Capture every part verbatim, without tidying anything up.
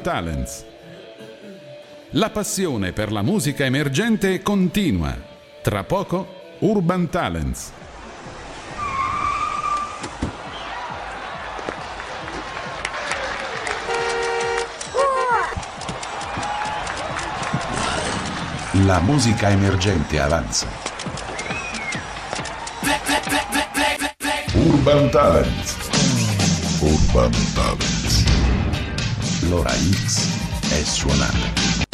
Talents. La passione per la musica emergente continua. Tra poco Urban Talents. La musica emergente avanza. Urban Talents. Urban Talents. L'ora X è suonata.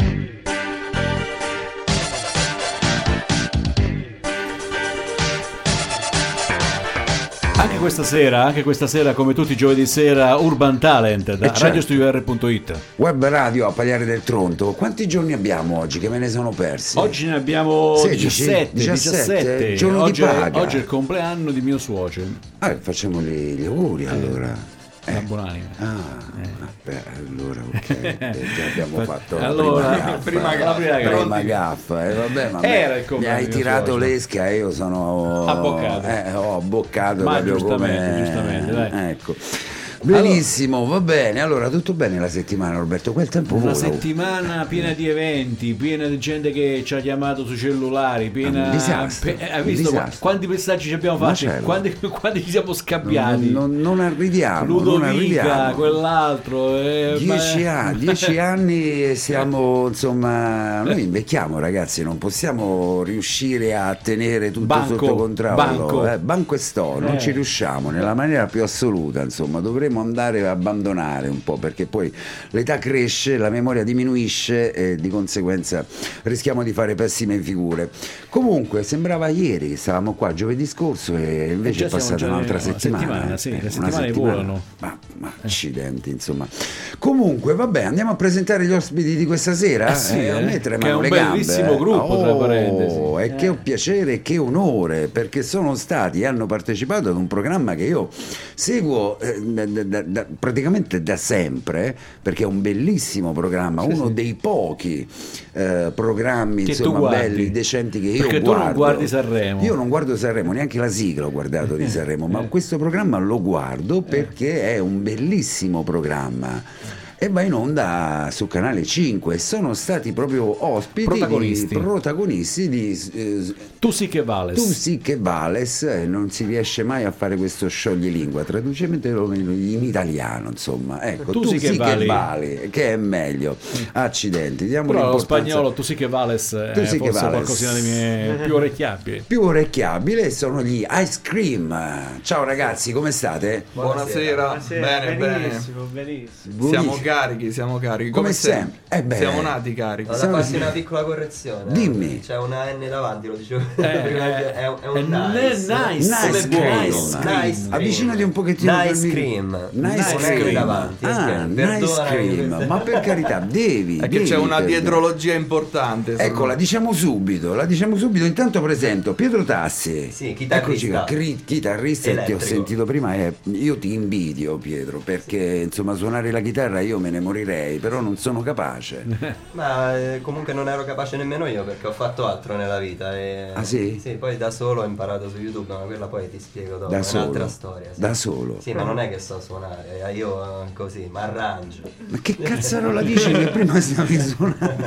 Anche questa sera, anche questa sera, come tutti i giovedì sera, Urban Talent da certo. radio studio r punto it. Web radio a Pagliare del Tronto. Quanti giorni abbiamo oggi? Che me ne sono persi. Oggi ne abbiamo sedici, diciassette, diciassette, diciassette. giorno Oggi, di paga. Oggi è il compleanno di mio suocero. Ah, facciamogli gli auguri allora. Eh. Buonanima. Ah, eh. Vabbè, allora ok, eh, già abbiamo fatto la allora, prima gaffa, prima, prima, la prima prima gaffa, eh, vabbè, ma Era il mi hai tirato suocero. l'esca e io sono abboccato, eh, ho abboccato ma proprio giustamente, come... giustamente, dai. Ecco. Benissimo, allora, va bene. Allora, tutto bene la settimana, Roberto? Quel tempo una vola. settimana piena di eventi, piena di gente che ci ha chiamato sui cellulari, piena... Un disastro, Pe- hai un visto disastro. quanti messaggi ci abbiamo fatti? Macello. Quanti, quanti ci siamo scambiati? Non, non, non arriviamo, non Ludovica, arriviamo. quell'altro. Eh, Dieci, ma... anni, dieci anni e siamo, insomma, noi invecchiamo ragazzi, non possiamo riuscire a tenere tutto Banco, sotto controllo. banco. Eh, banco e sto, non Eh. ci riusciamo nella maniera più assoluta, insomma, dovremmo andare a abbandonare un po', perché poi l'età cresce, la memoria diminuisce e di conseguenza rischiamo di fare pessime figure. Comunque sembrava ieri che stavamo qua giovedì scorso e invece E è già siamo passata già un'altra in- una settimana. settimana, sì, eh, le una settimane settimana. volano. Ma, ma accidenti, insomma. Comunque vabbè, andiamo a presentare gli ospiti di questa sera. Eh sì, Eh, a eh, me che tremano è un le gambe. bellissimo eh. gruppo, tra Oh, parentesi. E Eh. che piacere e che onore, perché sono stati e hanno partecipato ad un programma che io seguo eh, da, da, da, praticamente da sempre, perché è un bellissimo programma, Sì, uno sì. dei pochi eh, programmi Che tu insomma guardi. belli, decenti che io Perché tu guardo. non guardi Sanremo. Io non guardo Sanremo, neanche la sigla ho guardato di Sanremo, ma questo programma lo guardo perché è un bellissimo programma. E va in onda su Canale cinque. Sono stati proprio ospiti, Protagonisti. di, protagonisti di eh, Tu sì che vales. Tu sì che vales, eh, non si riesce mai a fare questo scioglilingua, traducementelo in, in italiano, insomma. Ecco, Tu tu, sì sì, che che, vali. vali, che è meglio. Accidenti, diamo Però lo l'importanza- spagnolo tu sì che vales è Tu sì che forse vales. qualcosina di mie più orecchiabili. più orecchiabile sono gli Ice Cream. Ciao ragazzi, come state? Buonasera, bene, benissimo, benissimo. bene. Siamo carichi, siamo carichi. Come Come, sempre. Eh beh. Siamo nati carichi. Vado a Siamo- farti una piccola correzione. Dimmi. C'è una N davanti, lo dicevo Eh, prima. eh, È, un- è è un n- nice. nice, Nice come cream. nice Nice cream. Avvicinati un pochettino Nice per mi- cream. Nice Nice cream. cream davanti, Ah, ok. nice Perdonami cream. queste- Ma per carità, devi. È che devi c'è una perdonare. dietrologia importante. insomma. Ecco, la diciamo subito, la diciamo subito. Intanto presento Pietro Tassi. Sì, chitarrista. Eccoci qua, cri- chitarrista, e ti ho Elettrico. sentito prima e io ti invidio, Pietro, perché insomma suonare la chitarra io me ne morirei, però non sono capace. Ma eh, comunque non ero capace nemmeno io perché ho fatto altro nella vita. E... Ah, sì? Sì, poi da solo ho imparato su YouTube, ma quella poi ti spiego dopo. Da è solo? un'altra storia. Sì. Da solo? Sì, ma non è che so suonare, eh, io eh, così, mi arrangio. Ma che cazzarola dici che prima stavi suonando?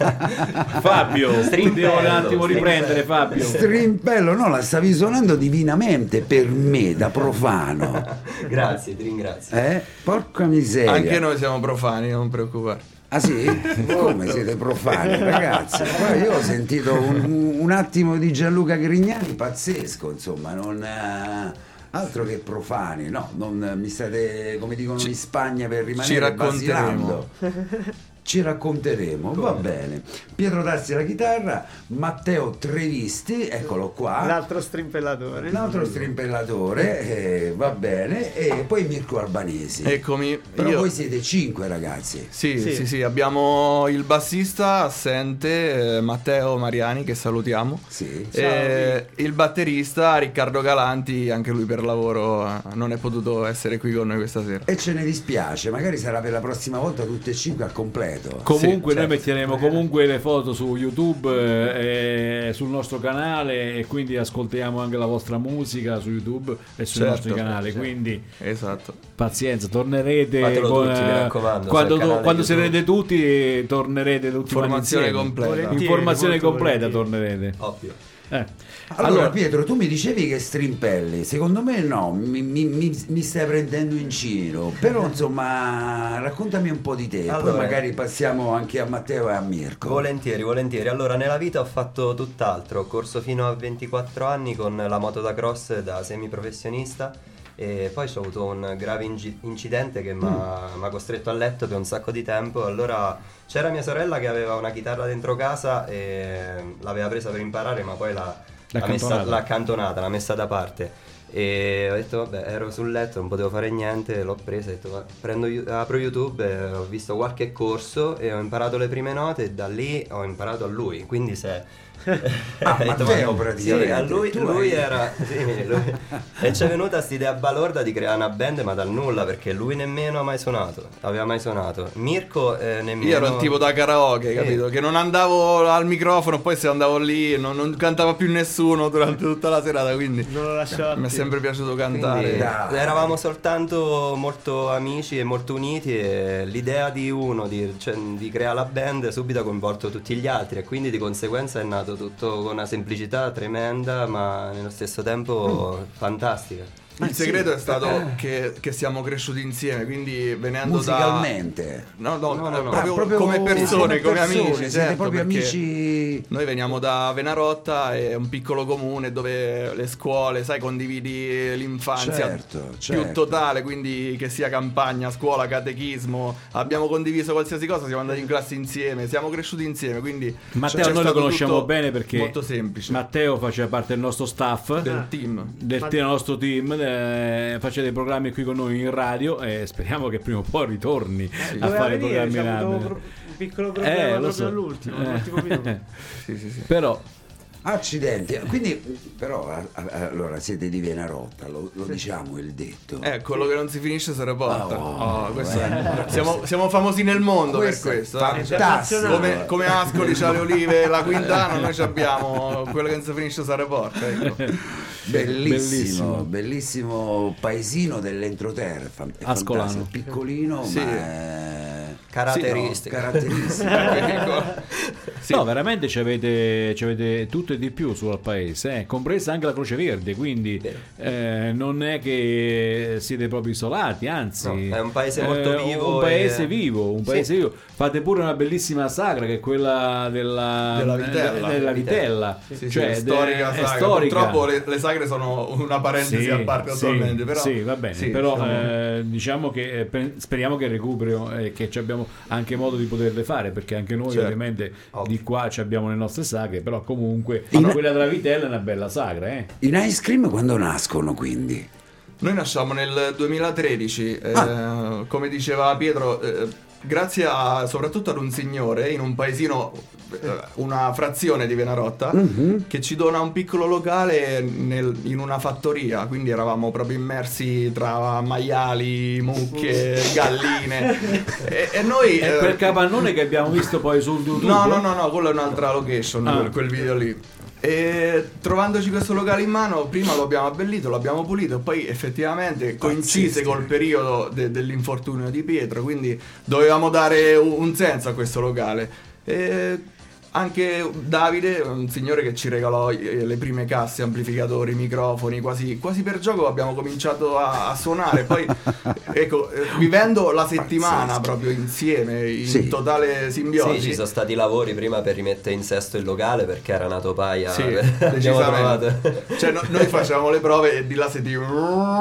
Fabio, ti Strimpello, devo un attimo riprendere strimpello. Fabio. Strimpello, no, la stavi suonando divinamente per me, da profano. Grazie, ti ringrazio. Eh? Porca miseria. Anche noi siamo profani, non preoccupare. Ah sì? Come siete profani, ragazzi? Poi io ho sentito un, un attimo di Gianluca Grignani pazzesco, insomma, non eh, altro che profani, no, non mi state, come dicono in Spagna, per rimanere ci racconteremo. basilando. Ci racconteremo, va bene. Pietro Tassi alla chitarra, Matteo Trevisti, eccolo qua. L'altro strimpellatore. L'altro strimpellatore, eh, va bene, e poi Mirko Albanesi. Eccomi. Però io- voi siete cinque ragazzi. Sì, Sì. sì, sì, abbiamo il bassista assente, eh, Matteo Mariani, che salutiamo. Sì. E il batterista Riccardo Galanti, anche lui per lavoro eh, non è potuto essere qui con noi questa sera. E ce ne dispiace, magari sarà per la prossima volta tutte e cinque al completo. completo. Comunque Sì, noi certo. metteremo comunque le foto su YouTube e sul nostro canale, e quindi ascoltiamo anche la vostra musica su YouTube e sui Certo, nostri canali, certo. quindi Esatto. pazienza, tornerete Fatelo con, tutti, mi raccomando, quando, sul canale quando YouTube. sarete tutti tornerete tutti quanti Formazione insieme. completa. Volentieri, Informazione molto completa volentieri. tornerete. Ovvio. Eh. Allora, Pietro, tu mi dicevi che strimpelli, secondo me no, mi, mi- mi- mi stai prendendo in giro, però insomma raccontami un po' di te, poi Allora- magari passiamo anche a Matteo e a Mirko. Volentieri, volentieri. Allora, nella vita ho fatto tutt'altro. Ho corso fino a ventiquattro anni con la moto da cross da semiprofessionista e poi ho avuto un grave ingi- incidente che mi ha costretto a letto per un sacco di tempo. Allora c'era mia sorella che aveva una chitarra dentro casa e l'aveva presa per imparare, ma poi l'ha, L'ha l'ha messa- accantonata. l'ha accantonata, l'ha messa da parte. E ho detto vabbè, ero sul letto, non potevo fare niente, l'ho presa, ho detto "Va- prendo, Yu- apro YouTube, e ho visto qualche corso e ho imparato le prime note e da lì ho imparato a lui, quindi se... Ah, ho detto, Matteo, "Ma- praticamente, sì, a lui, tu lui hai- era sì, lui- e ci è venuta quest'idea balorda di creare una band ma dal nulla, perché lui nemmeno ha mai suonato, aveva mai suonato, Mirko eh, nemmeno. Io ero il tipo da karaoke, Sì. capito? Che non andavo al microfono, poi se andavo lì non, non cantava più nessuno durante tutta la serata, quindi Non lo lasciava mi è più. sempre piaciuto Quindi cantare. Dai. eravamo soltanto molto amici e molto uniti e l'idea di uno di, cioè, di creare la band subito ha coinvolto tutti gli altri e quindi di conseguenza è nato tutto con una semplicità tremenda ma nello stesso tempo fantastica. Il segreto è stato che, che siamo cresciuti insieme, quindi venendo Musicalmente. da... No, no, No, no, no. proprio, Ah, proprio come sì, persone, come persone, amici, siete certo, proprio perché amici. Noi veniamo da Venarotta, è un piccolo comune dove le scuole, sai, condividi l'infanzia Certo, più certo. totale, quindi che sia campagna, scuola, catechismo, abbiamo condiviso qualsiasi cosa, siamo andati in classe insieme, siamo cresciuti insieme, quindi Matteo c'è noi lo stato conosciamo tutto bene perché molto semplice. Matteo faceva parte del nostro staff, Del team. del Ma- team- nostro team, eh, faceva dei programmi qui con noi in radio e speriamo che prima o poi ritorni a Doveva fare venire, programmi c'è in avuto radio. pro- un piccolo problema Eh, lo proprio so. all'ultimo, Eh. all'ultimo minuto. Sì, sì, sì. Però Accidenti, quindi però a- a- allora siete di Venarotta, lo, lo diciamo il detto. Eh, quello che non si finisce se ne porta. Oh, Oh, questo eh. è- siamo, siamo famosi nel mondo Questo è per questo. eh. fantastico. Come, come Ascoli c'ha le olive e la Quintana, noi ci abbiamo quello che non si finisce se ne porta. Ecco. Bellissimo, Bellissimo. bellissimo paesino dell'entroterra, fan- è Ascolano. fantastico, piccolino Sì. ma è Caratteristico. caratteristico. Ecco. Sì. no, veramente ci avete, ci avete tutto e di più sul paese, eh, compresa anche la Croce Verde, quindi eh, non è che siete proprio isolati, anzi No, è un paese molto eh, vivo un paese e- vivo, un Sì. paese vivo. Fate pure una bellissima sagra che è quella della, Della Vitella. della Vitella. Sì, sì, cioè, è storica, de- è sagra. storica. Purtroppo le, le sagre sono una parentesi Sì, a parte sì, attualmente, però sì, va bene, sì, però diciamo- eh, diciamo che eh, pe- speriamo che recupero e che ci abbiamo anche modo di poterle fare, perché anche noi Certo. ovviamente Ovvio. di qua ci abbiamo le nostre sagre, però comunque In- quella della Vitella è una bella sagra, eh. In Ice Cream quando nascono quindi? Noi nasciamo nel duemilatredici, eh, Ah. come diceva Pietro, eh, grazie a, soprattutto ad un signore in un paesino, eh, una frazione di Venarotta, Mhm. che ci dona un piccolo locale nel- in una fattoria, quindi eravamo proprio immersi tra maiali, mucche, galline e, e noi... È eh, quel capannone che abbiamo visto poi su YouTube. No, no, no, no, quello è un'altra location, Ah. quel, quel video lì. E trovandoci questo locale in mano, prima lo abbiamo abbellito, lo abbiamo pulito, poi effettivamente coincise Pazzesco. col periodo de- dell'infortunio di Pietro, quindi dovevamo dare un un senso a questo locale. E anche Davide, un signore che ci regalò eh, le prime casse, amplificatori, microfoni, quasi, quasi per gioco abbiamo cominciato a, a suonare. Poi, ecco, eh, vivendo la settimana Pazzesco. proprio insieme, in Sì. totale simbiosi. Sì, ci sono stati lavori prima per rimettere in sesto il locale perché era nato paia. Sì, abbiamo decisamente. trovato. Cioè, no- noi facevamo le prove e di là sentivo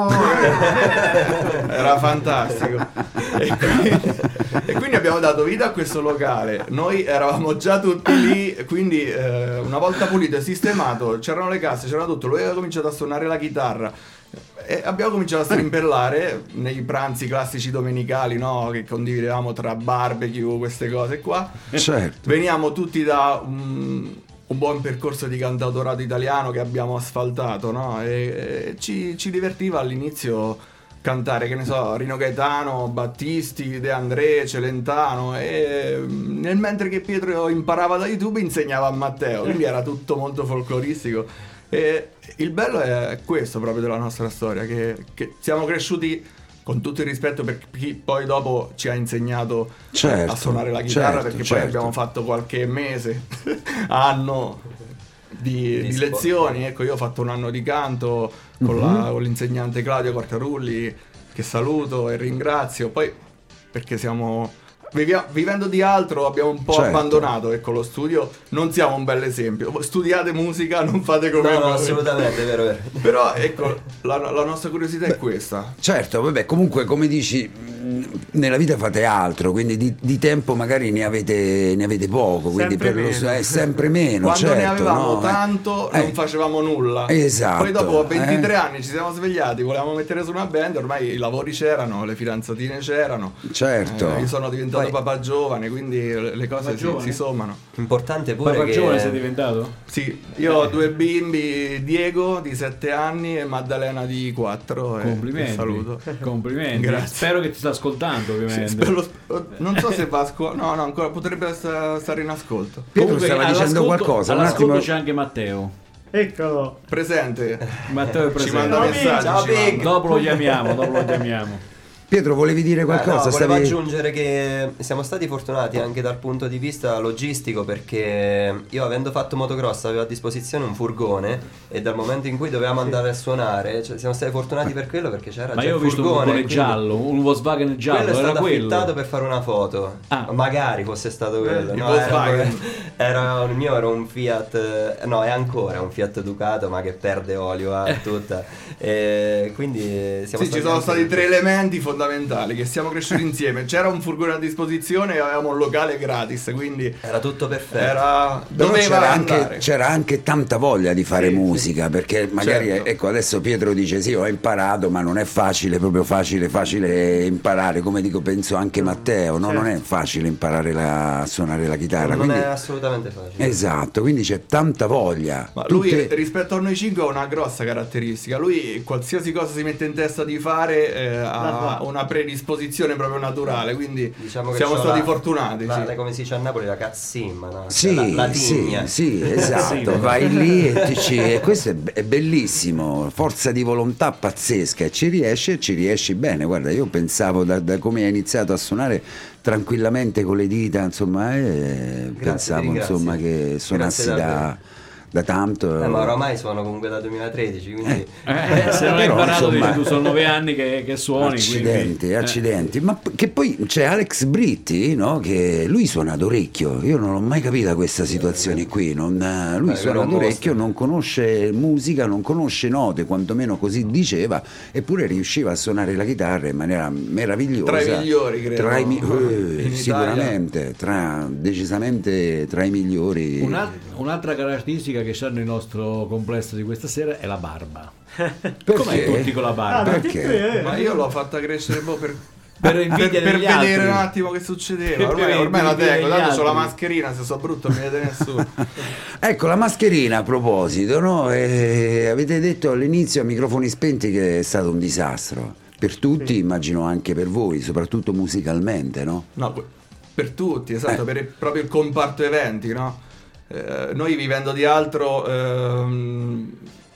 era fantastico. E quindi, e quindi abbiamo dato vita a questo locale. Noi eravamo già tutti lì, quindi eh, una volta pulito e sistemato, c'erano le casse, c'era tutto. Lui aveva cominciato a suonare la chitarra. E abbiamo cominciato a strimpellare nei pranzi classici domenicali, no? Che condividevamo tra barbecue, queste cose qua. Certo. Veniamo tutti da un, un buon percorso di cantautorato italiano che abbiamo asfaltato, no? E, e ci, ci divertiva all'inizio cantare, che ne so, Rino Gaetano, Battisti, De André, Celentano, e nel mentre che Pietro imparava da YouTube insegnava a Matteo, quindi era tutto molto folcloristico. E il bello è questo proprio della nostra storia, che, che siamo cresciuti, con tutto il rispetto per chi poi dopo ci ha insegnato certo, a suonare la chitarra, certo, perché certo. poi abbiamo fatto qualche mese, anno di, di lezioni. Ecco, io ho fatto un anno di canto con, uh-huh. la, con l'insegnante Claudio Cortarulli, che saluto e ringrazio. Poi perché siamo vivia, vivendo di altro abbiamo un po' certo. abbandonato, ecco, lo studio. Non siamo un bel esempio. Studiate musica, non fate come no, noi. no, assolutamente, vero, vero. Però ecco, la, la nostra curiosità Beh, è questa. Certo, vabbè, comunque come dici, nella vita fate altro, quindi di, di tempo magari ne avete, ne avete poco, quindi sempre per meno. lo è sempre meno. Quando certo, ne avevamo no? tanto eh, non facevamo nulla. Esatto. Poi dopo ventitré eh. anni ci siamo svegliati, volevamo mettere su una band, ormai i lavori c'erano, le fidanzatine c'erano. Certo. Eh, io sono diventato Poi... papà giovane, quindi le cose si, si sommano. Importante pure Papà che... giovane sei diventato? Sì, io ho due bimbi, Diego di sette anni e Maddalena di quattro. Complimenti. E saluto. Complimenti. Grazie. Spero che ti sta ascoltando, ovviamente. Sì, spero- non so se va a scuola. No, no, ancora potrebbe sta- stare in ascolto. Pietro Comunque, stava dicendo all'ascolto- qualcosa, un all'ascolto attimo. c'è anche Matteo. Eccolo. Presente. Matteo è Ci presente. manda Ciao, messaggi. ciao, ci Big. manda. Dopo lo chiamiamo, dopo lo chiamiamo. Pietro, volevi dire qualcosa? Eh, no, volevo Stavi- aggiungere che siamo stati fortunati anche dal punto di vista logistico, perché io, avendo fatto motocross, avevo a disposizione un furgone e dal momento in cui dovevamo andare a suonare, cioè, siamo stati fortunati per quello, perché c'era Ma già io ho il visto un furgone. furgone quindi giallo, un Volkswagen giallo, quello è era stato quello. affittato per fare una foto. Ah. Magari fosse stato quello. il No, Volkswagen. era, era un mio, era un Fiat, eh, no, è ancora un Fiat Ducato, ma che perde olio a tutta. E quindi siamo Sì, stati ci sono anche- stati tre elementi fondamentali, che siamo cresciuti insieme. C'era un furgone a disposizione e avevamo un locale gratis, quindi Era tutto perfetto. era Però doveva c'era andare. anche, c'era anche tanta voglia di fare Sì, musica, perché magari Certo. ecco, adesso Pietro dice sì, ho imparato, ma non è facile, proprio facile facile imparare, come dico penso anche Matteo, no? Certo. Non è facile imparare la- a suonare la chitarra, non quindi è assolutamente facile. esatto, quindi c'è tanta voglia. Ma lui Tutte- rispetto a noi cinque ha una grossa caratteristica. Lui qualsiasi cosa si mette in testa di fare eh, ha fa. una predisposizione proprio naturale, quindi Diciamo che siamo c'ho stati la- fortunati. la- sì. la- come si dice a Napoli, la cazzimma, no? Sì, la, la sì, tigna. sì, esatto, vai lì e, ti ci, e questo è, be- è bellissimo, forza di volontà pazzesca, e ci riesci e ci riesci bene. Guarda, io pensavo da, da come hai iniziato a suonare tranquillamente con le dita, insomma, e pensavo ti ringrazio. insomma che suonassi Grazie da, davvero. da tanto. Eh, ma oramai suono comunque da duemilatredici, quindi Eh, se non hai Però, imparato, insomma, dici tu, sono nove anni che, che suoni. Accidenti, quindi, eh. accidenti. Ma p- che poi c'è Alex Britti, no? Che lui suona d'orecchio. Io non ho mai capito questa situazione qui. Non, eh, lui Beh, suona quello è un d'orecchio, mostro. non conosce musica, non conosce note, quantomeno così diceva, eppure riusciva a suonare la chitarra in maniera meravigliosa. Tra i migliori, credo. Tra i mi- In eh, Italia. sicuramente, tra, decisamente tra i migliori. Un'al- un'altra caratteristica che c'ha nel nostro complesso di questa sera è la barba. Com'è tutti con la Ah, barba? tutti Perché? qui, eh. Ma io l'ho fatta crescere un po' per, Per per, invidia per degli vedere altri. un attimo che succedeva. Per Ormai, ormai la invidia tengo, degli tanto c'ho la altri. mascherina, se so brutto non mi vede nessuno. Ecco, la mascherina a proposito, no? Eh, avete detto all'inizio a microfoni spenti che è stato un disastro. Per tutti, immagino anche per voi, soprattutto musicalmente, no? No, que- per tutti, esatto, Eh. per il- proprio il comparto eventi, no? Eh, noi vivendo di altro ehm,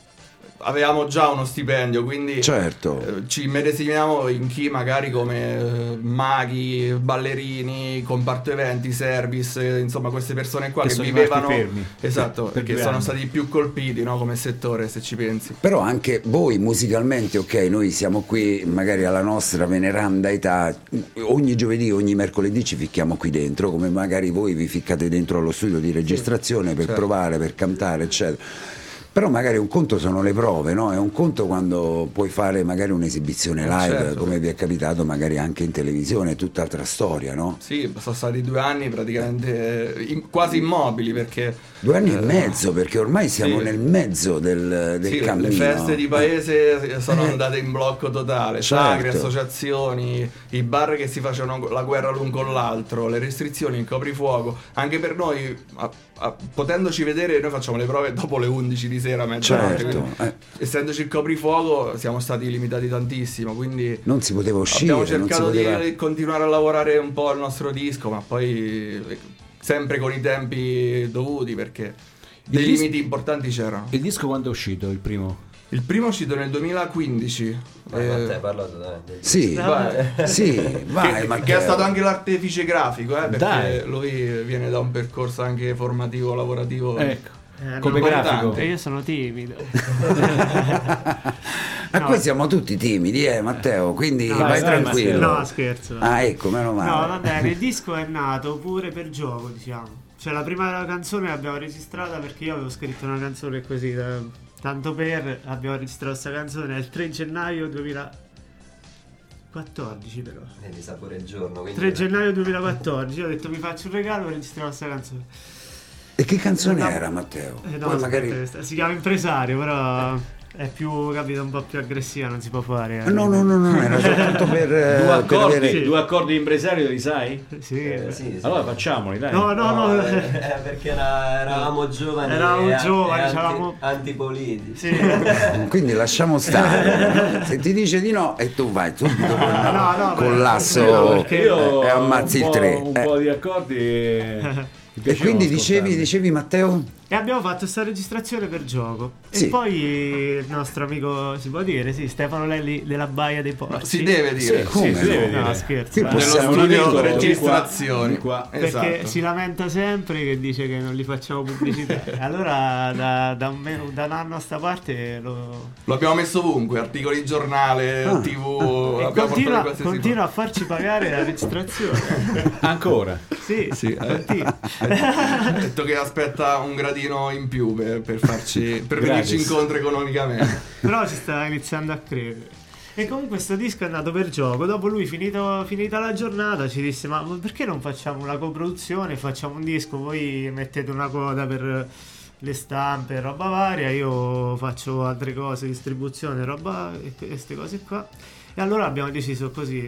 avevamo già uno stipendio, quindi Certo. eh, ci medesimiamo in chi magari come eh, maghi, ballerini, comparto eventi, service, eh, insomma queste persone qua Che che, sono vivevano rimasti fermi. esatto, Per che due sono anni. stati più colpiti, no, come settore, se ci pensi. Però anche voi musicalmente, ok, noi siamo qui magari alla nostra veneranda età, ogni giovedì, ogni mercoledì ci ficchiamo qui dentro, come magari voi vi ficcate dentro allo studio di registrazione per certo. provare, per cantare, eccetera. Però magari un conto sono le prove, no? È un conto quando puoi fare magari un'esibizione live, Certo. come vi è capitato magari anche in televisione, è tutt'altra storia, no? Sì, sono stati due anni praticamente eh, in- quasi immobili perché Due anni e eh, mezzo, perché ormai siamo sì. nel mezzo del, del Sì, cammino. le feste di paese sono Eh. andate in blocco totale, Certo. sagre, associazioni, i bar che si facevano la guerra l'un con l'altro, le restrizioni, il coprifuoco. Anche per noi, a- a- potendoci vedere, noi facciamo le prove dopo le undici di sera a mezzanotte. Certo, quindi, eh. essendoci il coprifuoco siamo stati limitati tantissimo, quindi Non si poteva uscire, abbiamo non si cercato poteva... di continuare a lavorare un po' al nostro disco, ma poi eh, sempre con i tempi dovuti, perché dei dis- limiti importanti c'erano. Il disco quando è uscito, il primo? Il primo è uscito nel duemilaquindici. Vai, eh, Matteo, parla tu, dai. Sì, vai. sì, vai che, Matteo. che è stato anche l'artefice grafico, eh, perché Dai. lui viene da un percorso anche formativo, lavorativo. Ecco, Eh, come no, grafico. E io sono timido. Ma No. qui siamo tutti timidi, eh Matteo, quindi No, vai dai, tranquillo. No, scherzo. Ah, ecco, meno male. No, va bene, il disco è nato pure per gioco, diciamo. Cioè la prima canzone l'abbiamo registrata perché io avevo scritto una canzone così, da- tanto per, abbiamo registrato questa canzone il tre gennaio duemilaquattordici però. Vedi, sa pure il giorno. Quindi tre gennaio duemilaquattordici, io ho detto mi faccio un regalo e registriamo questa canzone. E che canzone No. era, Matteo? Eh, no, Poi aspetta, magari... questa- si chiama Impresario, però è più, capito, un po' più aggressiva, non si può fare. eh. No, no, no, no, era soltanto per, eh, Due per accordi, avere... due accordi di impresario li sai? Sì. Eh, sì, sì. Allora facciamoli, dai. No, no, no. eh, eh, perché era- eravamo giovani. Eravamo e- giovani, e anti- c'avevamo- antipolitici. Sì. Quindi lasciamo stare. Se ti dice di no e tu vai subito con, no, no, con beh, l'asso no, perché Io e ammazzi un il po'- tre. Un Eh. po' di accordi e... mi E piacevano quindi dicevi, ascoltarli. dicevi Matteo? E abbiamo fatto questa registrazione per gioco. Sì. E poi il nostro amico, si può dire, sì, Stefano Lelli della Baia dei Porci. Si deve dire. Come Sì, si deve no? No, dire. scherzo. Qui eh. Dello possiamo un studio amico registrazioni. di qua, di Perché Esatto. si lamenta sempre che dice che non gli facciamo pubblicità. Allora da, da un, me- da un anno a sta parte lo... Lo abbiamo messo ovunque, articoli giornale, Ah. tivù, E l'abbiamo portato in continua, qualsiasi continua a farci pagare la registrazione. Ancora. Sì, Sì, eh. continua. Ha detto che aspetta un gradino in più per, per farci per venirci Gratis. incontro economicamente. Però ci sta iniziando a credere. E comunque questo disco è nato per gioco. Dopo lui, finito, finita la giornata, ci disse: ma perché non facciamo una coproduzione? Facciamo un disco, voi mettete una quota per le stampe, roba varia, io faccio altre cose, distribuzione, roba e queste cose qua. E allora abbiamo deciso così,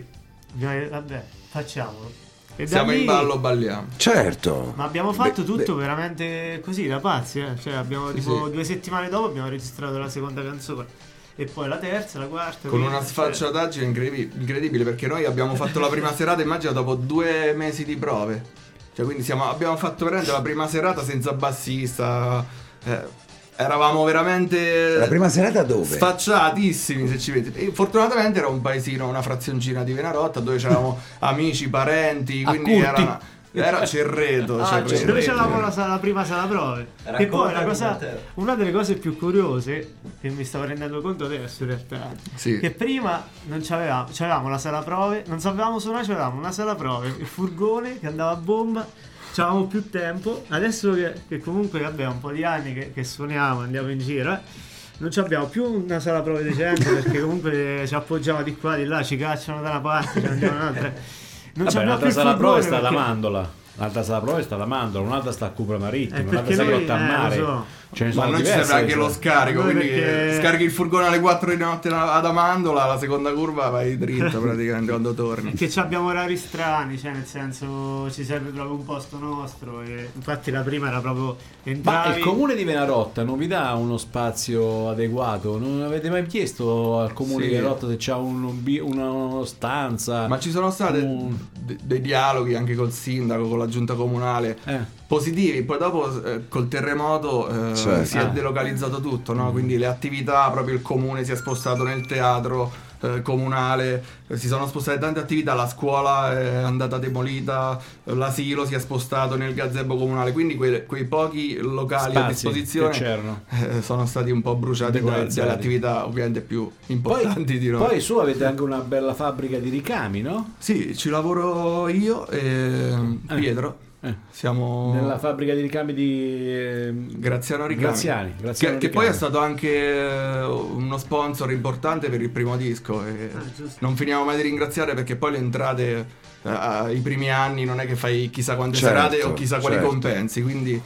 vabbè, facciamolo. E da Siamo lì- in ballo, balliamo. Certo. Ma abbiamo fatto Beh, tutto beh, veramente così, da pazzi, eh. Cioè abbiamo tipo sì. due settimane dopo abbiamo registrato la seconda canzone. E poi la terza, la quarta. Con quinta, una cioè- sfacciataggine incredi- incredibile, perché noi abbiamo fatto la prima serata, immagina, dopo due mesi di prove. Cioè, quindi siamo- abbiamo fatto veramente la prima serata senza bassista. eh, eravamo veramente La prima serata dove? sfacciatissimi, se ci vedi. E fortunatamente era un paesino, una frazioncina di Venarotta, dove c'eravamo amici, parenti, A quindi Curti. era, una- era Cerreto. Ah, Cerreto. Cerreto. Dove c'eravamo la, sala- la prima sala prove. Raccontami, E poi la cosa, Matteo. una delle cose più curiose che mi stavo rendendo conto adesso in realtà, Sì. che prima non c'avevamo, c'avevamo la sala prove, non sapevamo suonare, c'avevamo una sala prove, il furgone che andava a bomba, c'avevamo più tempo. Adesso che, che comunque abbiamo un po' di anni che, che suoniamo, andiamo in giro, eh, non ci abbiamo più una sala prove decente perché comunque ci appoggiamo di qua, di là, ci cacciano da una parte, ci andiamo da un'altra. Non Vabbè, c'abbiamo l'altra più il sala prova furgone sta da perché- Mandola. L'altra sala prova sta da Mandola, un'altra sta a Cupra Marittima, Eh, un'altra perché sta a noi- Grotta a eh, lo Mare. so. Ce ne Ma sono a noi ci diverse, serve anche cioè. lo scarico, Noi quindi perché- scarichi il furgone alle quattro di notte ad Amandola, la seconda curva vai dritto praticamente quando torni. Che ci abbiamo orari strani, cioè nel senso ci serve proprio un posto nostro e infatti la prima era proprio Ma entravi. il comune di Venarotta non vi dà uno spazio adeguato? Non avete mai chiesto al comune Sì. di Venarotta se c'ha un, bi- una stanza? Ma ci sono stati un- de- dei dialoghi anche col sindaco, con la giunta comunale, Eh. positivi. Poi dopo eh, col terremoto eh, Certo. si è Ah. delocalizzato tutto, no? Quindi le attività, proprio il comune si è spostato nel teatro eh, comunale, eh, si sono spostate tante attività, la scuola è andata demolita, eh, l'asilo si è spostato nel gazebo comunale, quindi que- quei pochi locali a Spazi disposizione che c'erano. eh, sono stati un po' bruciati da- Demonizzati. dalle attività ovviamente più Poi, importanti di noi. poi su avete anche una bella fabbrica di ricami, no? Sì, ci lavoro io e Pietro. Eh. Siamo Nella fabbrica di ricami di ehm, Graziano Ricami. Graziani, Graziano che, che Ricami. poi è stato anche eh, uno sponsor importante per il primo disco. E Ah, giusto. non finiamo mai di ringraziare perché poi le entrate eh, ai primi anni non è che fai chissà quante Certo, serate o chissà quali certo. compensi. Quindi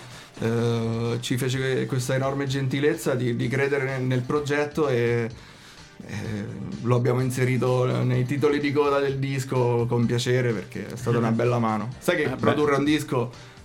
eh, ci fece questa enorme gentilezza di, di credere nel, nel progetto e eh, lo abbiamo inserito nei titoli di coda del disco con piacere perché è stata una bella mano. Sai che Eh, beh. produrre un disco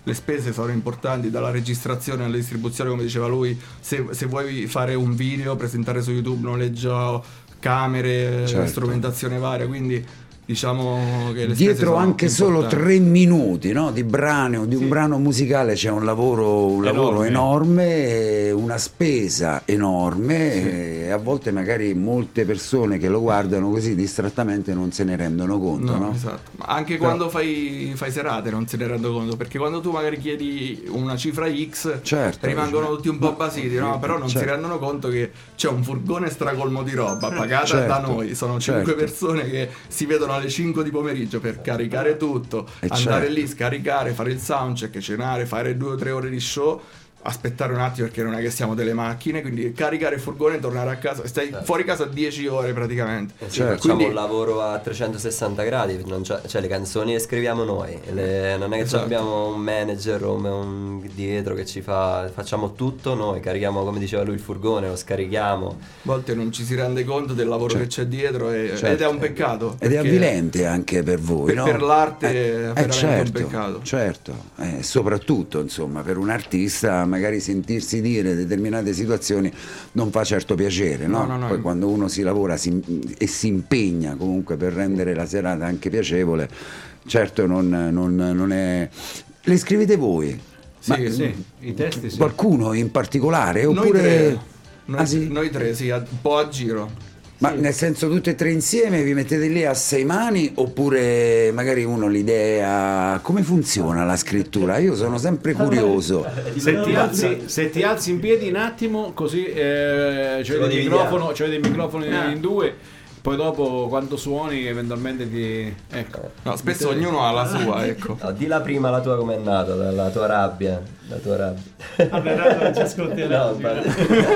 le spese sono importanti, dalla registrazione alla distribuzione, come diceva lui. Se, se vuoi fare un video, presentare su YouTube, noleggio, camere, Certo. strumentazione varia, quindi diciamo che le spese Dietro sono anche solo importanti. tre minuti, no, di brano, di un brano musicale c'è un lavoro, un lavoro enorme, e una spesa enorme, e a volte magari molte persone che lo guardano così distrattamente non se ne rendono conto, No, no? esatto. Ma anche Però- quando fai, fai serate non se ne rendo conto, perché quando tu magari chiedi una cifra X, Certo, rimangono cioè, tutti un po' basiti, no? Però non si certo. rendono conto che c'è un furgone stracolmo di roba pagata Certo, da noi. Sono cinque certo. persone che si vedono alle cinque di pomeriggio per caricare tutto, E andare certo. lì, scaricare, fare il soundcheck, cenare, fare due o tre ore di show, aspettare un attimo perché non è che siamo delle macchine, quindi caricare il furgone e tornare a casa. Stai Certo. fuori casa dieci ore praticamente. Eh sì, Certo. facciamo Quindi- un lavoro a trecentosessanta gradi, non c'è- cioè le canzoni le scriviamo noi, le- non è che Esatto. abbiamo un manager o un, un dietro che ci fa, facciamo tutto noi, carichiamo come diceva lui il furgone, lo scarichiamo. A volte non ci si rende conto del lavoro Certo. che c'è dietro e- Certo. ed è un peccato. Ed è perché avvilente anche per voi, per- no? per l'arte è Eh, veramente un certo, peccato. Certo, eh, soprattutto insomma per un artista magari sentirsi dire determinate situazioni non fa certo piacere, no? No, no, no. Poi quando uno si lavora si- e si impegna comunque per rendere la serata anche piacevole, certo non, non- non è... Le scrivete voi? Sì, Ma- Sì, i testi sì. Qualcuno in particolare? Noi Oppure... tre, noi, Ah, sì? noi tre, sì, a- un po' a giro. Ma nel senso tutte e tre insieme vi mettete lì a sei mani, oppure magari uno l'idea... Come funziona la scrittura? Io sono sempre curioso. Se ti, alzi, se ti alzi in piedi un attimo, così eh, c'è lo il dividiamo. microfono, c'è dei microfoni Ah. in due, poi dopo quando suoni eventualmente ti... Ecco. No, spesso ognuno ha la sua, ecco. No, di la prima la tua com'è nata, la, la tua rabbia, la tua rabbia. Vabbè, tanto non ci ascolterà. No, va-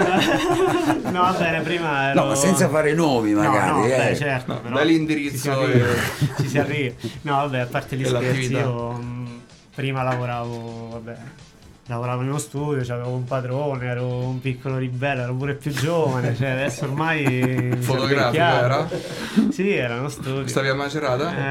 No, va bene, prima ero... No, ma senza fare nomi magari. No, no, eh. beh, certo, No, però dai l'indirizzo ci si arriva, e- ci si arriva. No, vabbè, a parte gli E scherzi, l'attività. io mh, prima lavoravo, vabbè, lavoravo in uno studio, avevo un padrone, ero un piccolo ribelle, ero pure più giovane, cioè adesso ormai... mi sono Fotografico invecchiato. era? Sì, era uno studio. Stavi a Macerata?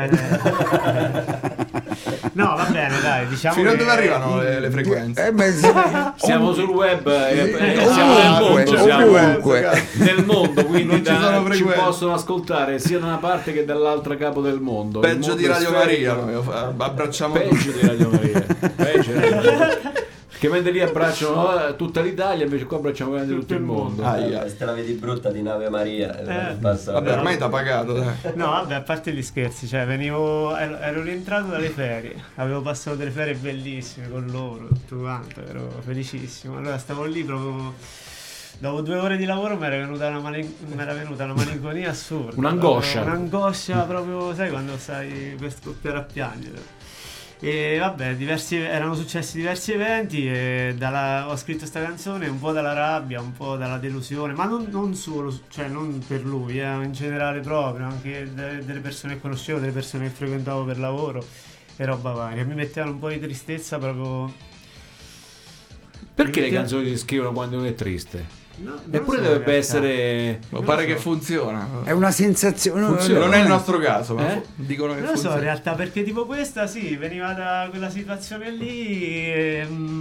Eh, no, va bene, dai, diciamo Fino a che- dove arrivano le, le frequenze? Eh, beh, sì. Siamo sul web, eh, Sì, eh, siamo nel ovunque, mondo, siamo ovunque. nel mondo, quindi Non ci da- sono ci frequenze. possono ascoltare sia da una parte che dall'altra capo del mondo. Il Peggio mondo di è Radio sferico. Maria, noi abbracciamo Peggio di Radio Maria. Peggio di Radio Maria. Che mentre lì abbracciano eh, tutta l'Italia, invece qua abbracciamo veramente tutto il mondo. Aia. Eh, te la vedi brutta di Nave Maria. eh, Eh. passa- Vabbè, ormai t'ha pagato, dai. No, vabbè, a parte gli scherzi, cioè venivo, ero, ero rientrato dalle ferie, avevo passato delle ferie bellissime con loro, tutto quanto, ero felicissimo. Allora stavo lì proprio, dopo due ore di lavoro mi era venuta una, malin- m'era venuta una malinconia assurda. Un'angoscia. Proprio Un'angoscia proprio, sai, quando stai per scoppiare a piangere. E vabbè, diversi, erano successi diversi eventi e dalla, ho scritto questa canzone un po' dalla rabbia, un po' dalla delusione, ma non, non solo, cioè non per lui, eh, in generale proprio, anche de- delle persone che conoscevo, delle persone che frequentavo per lavoro e roba varia. Mi mettevano un po' di tristezza proprio... Perché le Mi metteva- canzoni si scrivono quando uno è triste? No, non Eppure so, in dovrebbe realtà. essere... Ma pare che funziona. È una sensazione. no, Funziona. Non è il nostro caso, ma Eh? fu- dicono che Non lo so in funziona. realtà, perché tipo questa sì, veniva da quella situazione lì e... mm,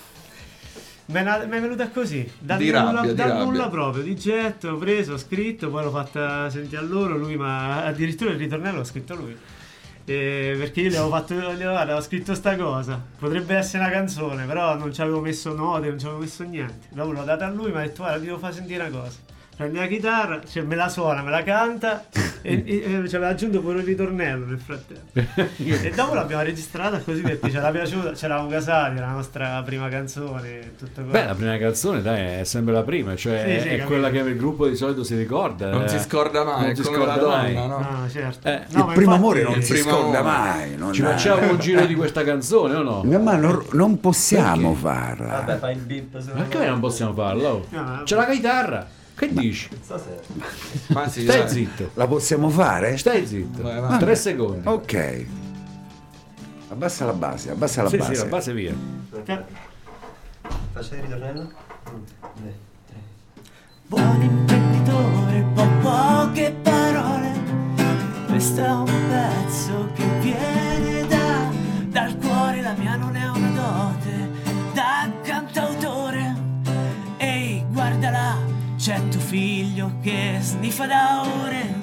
Mi è, na- mi è venuta così, dal, Di nulla, rabbia, di dal rabbia. nulla proprio, di getto, ho preso, ho scritto, poi l'ho fatta sentire a loro, lui ma addirittura il ritornello l'ho scritto lui. Eh, perché io gli avevo fatto, gli avevo, guarda, ho scritto sta cosa, potrebbe essere una canzone, però non ci avevo messo note, non ci avevo messo niente. Dopo l'ho data a lui, mi ha detto guarda, ti devo fare sentire una cosa. Prendi la chitarra, cioè me la suona, me la canta e, e, e ci aveva aggiunto pure il ritornello nel frattempo. E dopo l'abbiamo registrata così perché ci era piaciuta, c'eravamo casati, era la nostra prima canzone, tutto Beh, la prima canzone, dai, è sempre la prima, cioè Sì, sì, è capito. quella che il gruppo di solito si ricorda. Non eh. si scorda mai, Non è si come scorda la donna, mai. no? No, certo. Eh, No, il ma primo infatti- amore non il si primo scorda amore. mai. Non Ci facciamo un giro di questa canzone o no? Mia mamma non, non possiamo Perché? farla. Vabbè, fai il beep. se Ma che non possiamo farlo? No, C'è la chitarra. Che dici? Non so se... Ma sì, Stai dai. zitto. La possiamo fare? Stai zitto. Vai, vai. Tre secondi. Ok. Abbassa la base, abbassa la Sì, base. sì, la base via. Faccio il ritornello? Un, due, tre. Buon imprenditore, po- poche parole. Questo è un pezzo che viene da, dal cuore amore la mia non è una dote da cantautore. Ehi, guarda là, c'è tuo figlio che sniffa da ore,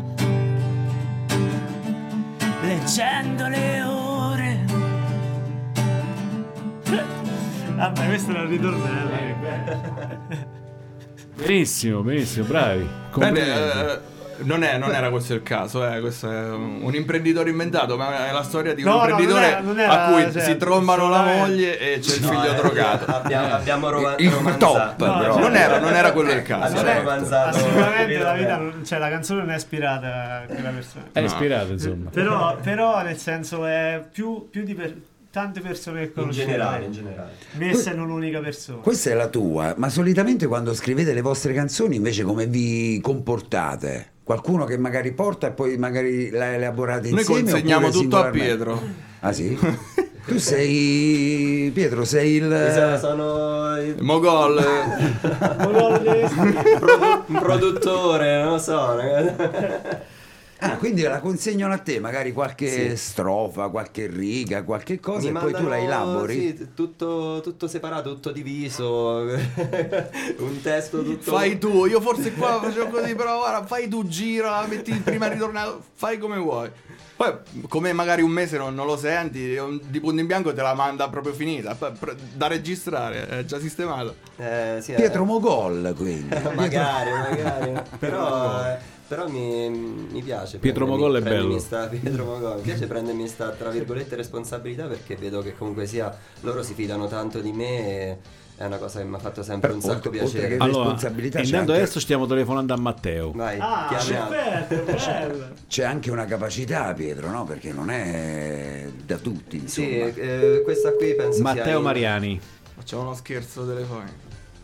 leggendo le ore. Vabbè, questo era il ritornello. Benissimo, benissimo, bravi. Bene, Complimenti. eh, non, è, non era questo il caso, eh, questo è un, un imprenditore inventato, ma è la storia di un No, no, imprenditore non era- non era, a cui cioè, si trombano la assolutamente. moglie e c'è il No, figlio eh, drogato. Abbiamo, abbiamo roma- Il romanzato. top, però. Non era, non era quello il caso. Abbiamo certo. romanzato. Assolutamente la vita non, cioè la canzone non è ispirata a quella persona. È ispirato, insomma. Però, però nel senso è più, più di per, tante persone che In conoscete. generale, in generale. Me essendo un'unica persona. Questa è la tua, ma solitamente quando scrivete le vostre canzoni invece come vi comportate? Qualcuno che magari porta e poi magari la elaborate Noi insieme? consegniamo oppure tutto a singolarmente? Pietro. Ah sì? Tu sei... Pietro, sei il... Sono, sono il- Mogol. produ- un produttore, non lo so. Ah, quindi la consegnano a te, magari qualche Sì. strofa, qualche riga, qualche cosa, Mi e poi tu la mandano, elabori? sì, tutto, tutto separato, tutto diviso. Un testo tutto. Fai tu, io forse qua facevo così, però guarda, fai tu, gira, metti prima il ritornato, fai come vuoi. Poi, come magari un mese non, non lo senti, un- di punto in bianco te la manda proprio finita, poi pre- da registrare, è già sistemato. Eh, sì, Pietro eh. Mogol, quindi. magari, magari. Però, eh, però mi, mi piace. Pietro prendermi- Mogol è prendermi bello. Sta, Pietro Mogol, mi piace prendermi sta tra virgolette responsabilità, perché vedo che comunque sia loro si fidano tanto di me e è una cosa che mi ha fatto sempre un Oltre- sacco oltre piacere. che- Allora, responsabilità c'è intanto anche- adesso stiamo telefonando a Matteo. Vai, Ah, chiamiamo. perfetto, bello. C'è anche una capacità, Pietro, no? Perché non è da tutti, insomma. Sì, eh, questa qui penso sia Matteo in- Mariani. Facciamo uno scherzo telefonico.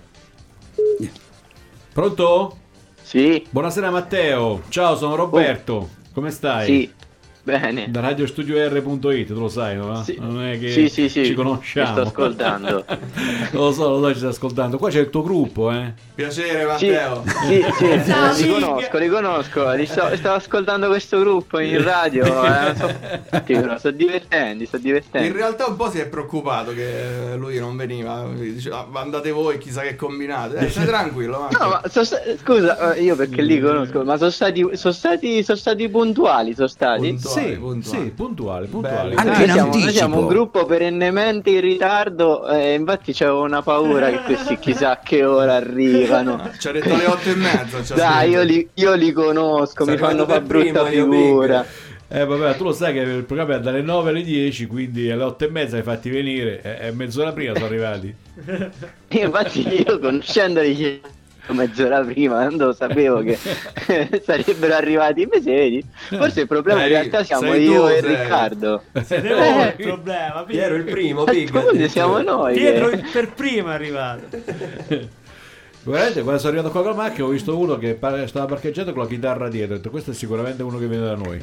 Pronto? Sì, Buonasera Matteo. Ciao, sono Roberto. Come stai? sì, bene. Da radiostudio punto it, tu lo sai, no? Sì. Non è che Sì, sì, sì, ci ti conosciamo. sto ascoltando. Lo so, lo so, ci stai ascoltando. Qua c'è il tuo gruppo, eh? Piacere Sì, Matteo. sì, sì, Ciao, li amiche. conosco, li conosco. Li sto, stavo ascoltando questo gruppo in radio. Eh, so, sì, però, sto divertenti, sto In divertendo. realtà un po' si è preoccupato che lui non veniva, dice, "Ah, andate voi, chissà che combinate. Eh, stai tranquillo, Matteo. No, ma so sta- scusa, eh, io perché li conosco, ma sono stati, sono stati, sono stati puntuali, sono stati. Puntuali, Sì, puntuali. sì, puntuale, puntuale. Bello. Anche Noi in siamo, noi anticipo. siamo un gruppo perennemente in ritardo e infatti c'avevo una paura che questi chissà a che ora arrivano. Ci ha detto alle otto e mezza. ci ha Dai, scritto. io li, io li conosco, Sei mi fanno arrivato fare per primo, brutta io figura. Eh vabbè, tu lo sai che il programma è dalle nove alle dieci, quindi alle otto e mezza hai fatti venire e e mezz'ora prima sono arrivati. Io infatti io conoscendoli dicevo mezz'ora prima, non lo sapevo che sarebbero arrivati. Invece vedi, forse il problema in Sei- realtà siamo sei io tu, e sei. Riccardo. Siete Eh. voi il problema. Piero il primo, Ma Pig. Scusi, siamo noi. Pietro che- per primo è arrivato. Guardate, quando sono arrivato qua con la macchina ho visto uno che pa- stava parcheggiato con la chitarra dietro. Ho detto, questo è sicuramente uno che viene da noi.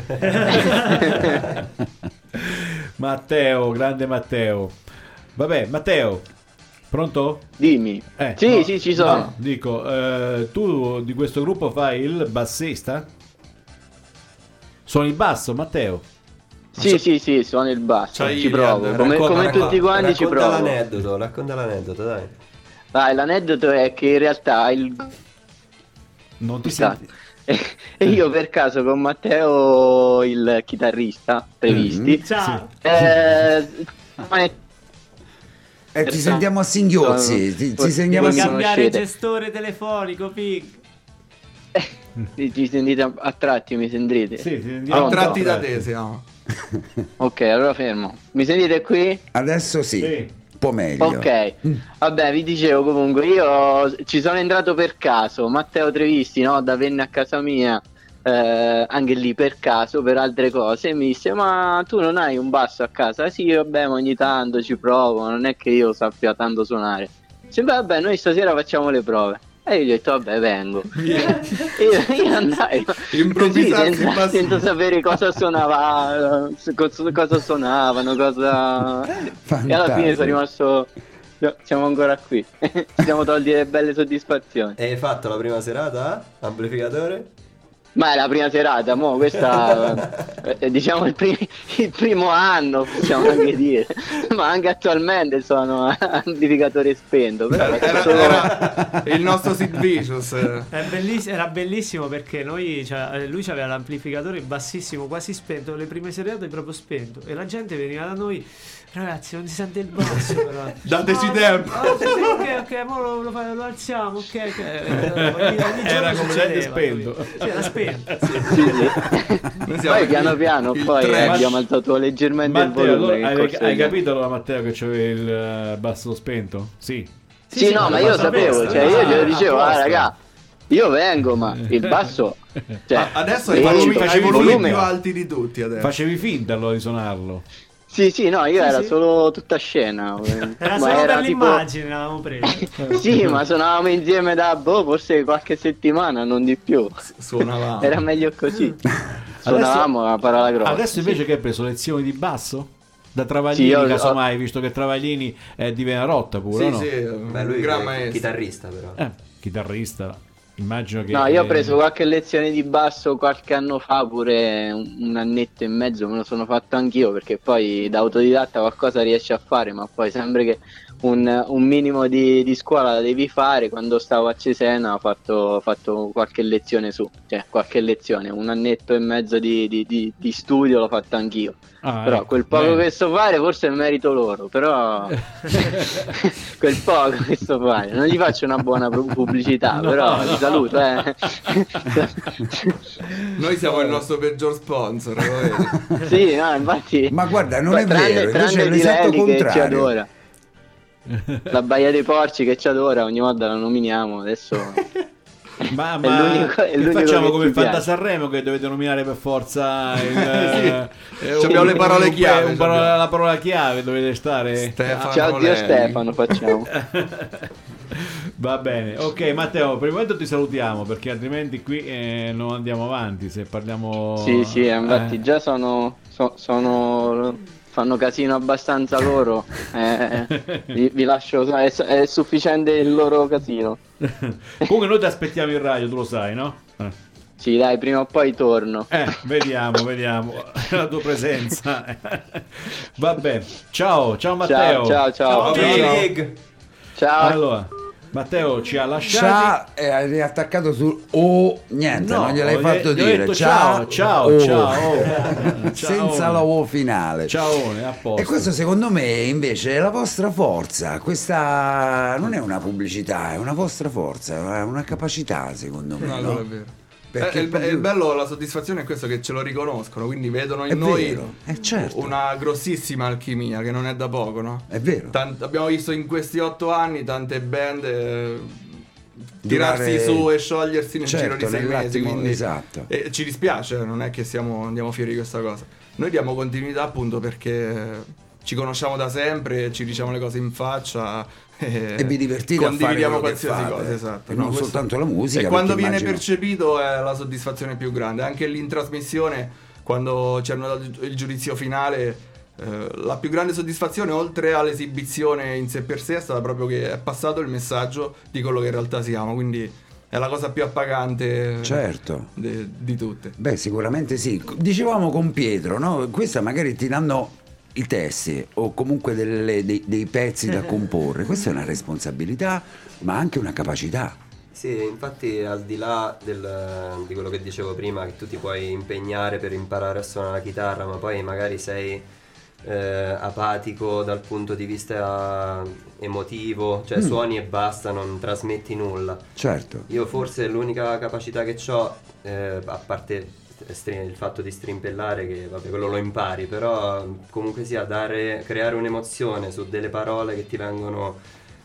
Matteo, grande Matteo. Vabbè, Matteo, pronto? Dimmi. Eh, sì, no, sì, ci sono. no, dico, eh, tu di questo gruppo fai il bassista? Suoni il basso, Matteo? Sì, sì, sì, suono il basso. C'hai Ci Iliad, provo. Come, racconta- come tutti quanti ci Racconta provo. l'aneddoto, racconta l'aneddoto, dai. Dai, l'aneddoto è che in realtà il Non ti Sta- senti? e e io per caso con Matteo, il chitarrista, previsti, Ciao. eh, ma- Eh, ti sentiamo a singhiozzi, ti, ti sentiamo a Voi mi singhiozzi. Cambiare conoscete. gestore telefonico, Pig. mi mi sentite a a tratti, mi sentite? Sì, sì, Pronto? Attratti da te siamo. Ok, allora fermo. Mi sentite qui? Adesso sì, Sì. un po' meglio. Ok, vabbè, vi dicevo comunque, io ci sono entrato per caso, Matteo Trevisti, no, da venne a casa mia, eh, anche lì per caso, per altre cose, e mi disse, ma tu non hai un basso a casa? Sì, vabbè, ma ogni tanto ci provo, non è che io sappia tanto suonare. Dice, "Beh, vabbè, noi stasera facciamo le prove." E io gli ho detto, vabbè, vengo. io, io andai così, Improvvisarsi senza, il bassino. senza sapere cosa suonava, eh, cosa, cosa suonavano, cosa... E alla fine Fantastico. sono rimasto. no, siamo ancora qui. Ci siamo tolti delle belle soddisfazioni. E hai fatto la prima serata a amplificatore? Ma è la prima serata, mo questa è diciamo il, pri- il primo anno, possiamo anche dire, ma anche attualmente sono amplificatore spento. Però era, solo... era il nostro Sid Vicious. È belliss- era bellissimo perché noi, cioè, lui aveva l'amplificatore bassissimo, quasi spento, le prime serate proprio spento, e la gente veniva da noi. Ragazzi, non si sente il basso, però. Dateci no, tempo. No, ok, ok, mo lo, lo, fa- lo alziamo, ok, ok. Ogni, ogni Era giorno completamente succedeva, spento. capito? Sì, era spento. Sì. Sì, sì. Poi piano piano il poi trash. eh, abbiamo alzato leggermente il Matteo, volume. allora, che hai, corso hai di- capito allora, Matteo, che c'avevi il eh, basso spento? Sì. Sì, no, ma io lo sapevo, cioè io glielo dicevo, ah apposta. raga, io vengo, ma il basso, cioè, Ah, adesso hai il i volumi, volume- hai i il volumi volume- più alti di tutti adesso. Facevi finta allora di suonarlo. Sì, sì, no, io Sì, era sì. solo tutta scena. Era ma solo era per tipo... l'immagine l'avevamo preso. Sì, ma suonavamo insieme da, boh, forse qualche settimana, non di più. Suonavamo. Era meglio così. Suonavamo la parola grossa. Adesso invece che hai preso lezioni di basso? Da Travaglini, Sì, io- casomai, visto che Travaglini è di Venarotta pure, Sì, no? sì, Beh, lui un gran è maestro. chitarrista però. Eh, chitarrista. Immagino che... No, io ho preso qualche lezione di basso qualche anno fa, pure un, un annetto e mezzo, me lo sono fatto anch'io, perché poi da autodidatta qualcosa riesci a fare, ma poi sempre che un, un minimo di, di scuola la devi fare. Quando stavo a Cesena ho fatto, ho fatto qualche lezione su, cioè qualche lezione, un annetto e mezzo di, di, di, di studio l'ho fatto anch'io. Ah, Però ecco, quel poco bene. che so fare forse è merito loro, però quel poco che so fare, non gli faccio una buona pu- pubblicità, No, però no. ti saluto, eh. Noi siamo il nostro peggior sponsor, lo vedi? Sì, no, infatti. Ma guarda, non è tranne, vero, invece tranne è l'esatto Pirelli che ci contrario. adora. La Baia dei Porci che ci adora, ogni volta la nominiamo, adesso Ma, È ma l'unico- è che l'unico facciamo che come ci il Fanta piace. Sanremo che dovete nominare per forza il, eh, Ci abbiamo le parole un- chiave, un ci parola- abbiamo. la parola chiave dovete stare. Stefano ciao zio Lelli. Stefano facciamo. Va bene, ok Matteo, per il momento ti salutiamo perché altrimenti qui eh, non andiamo avanti se parliamo... Sì, sì, infatti eh. già sono, so- sono fanno casino abbastanza loro, eh, vi, vi lascio, è, è sufficiente il loro casino. Comunque noi ti aspettiamo in radio, tu lo sai, no? Eh. Sì, dai, prima o poi torno. Eh, vediamo, vediamo la tua presenza. Vabbè, ciao, ciao Matteo. Ciao, ciao, ciao. Ciao, ciao. Ciao. Allora, Matteo ci ha lasciati. Ciao, e hai riattaccato sul oh, niente, No, non gliel'hai gli- fatto gli ho dire. detto ciao, ciao, oh. ciao, ciao. Senza la O finale. Ciaone, a posto. E questo secondo me invece è la vostra forza. Questa non è una pubblicità, è una vostra forza, è una capacità secondo me. No, no? no, è vero. Perché Eh, il, proprio- il bello, la soddisfazione è questo, che ce lo riconoscono, quindi vedono in È noi vero, è certo. una grossissima alchimia, che non è da poco, no? È vero. Tant- abbiamo visto in questi otto anni tante band eh, tirarsi Durare- su e sciogliersi nel Certo, giro di sei mesi, nell'attimo- quindi esatto. e ci dispiace, non è che siamo, andiamo fieri di questa cosa. Noi diamo continuità appunto perché ci conosciamo da sempre, ci diciamo le cose in faccia e, E vi divertite a fare condividiamo quello che qualsiasi fate. cosa, esatto. E non questo- soltanto la musica, E quando perché viene immagino- percepito è la soddisfazione più grande, anche lì in trasmissione quando ci hanno dato il giudizio finale. Eh, la più grande soddisfazione, oltre all'esibizione in sé per sé, è stata proprio che è passato il messaggio di quello che in realtà siamo, quindi è la cosa più appagante Certo. de- di tutte. Beh, sicuramente sì. Dicevamo con Pietro, no? Questa magari ti danno i testi o comunque delle- dei, dei pezzi da comporre. Questa è una responsabilità, ma anche una capacità. Sì, infatti al di là del- di quello che dicevo prima, che tu ti puoi impegnare per imparare a suonare la chitarra, ma poi magari sei eh, apatico dal punto di vista emotivo, cioè suoni e basta, non trasmetti nulla. Certo. Io forse l'unica capacità che ho, eh, a parte stri- il fatto di strimpellare, che vabbè quello lo impari, però comunque sia dare, creare un'emozione su delle parole che ti vengono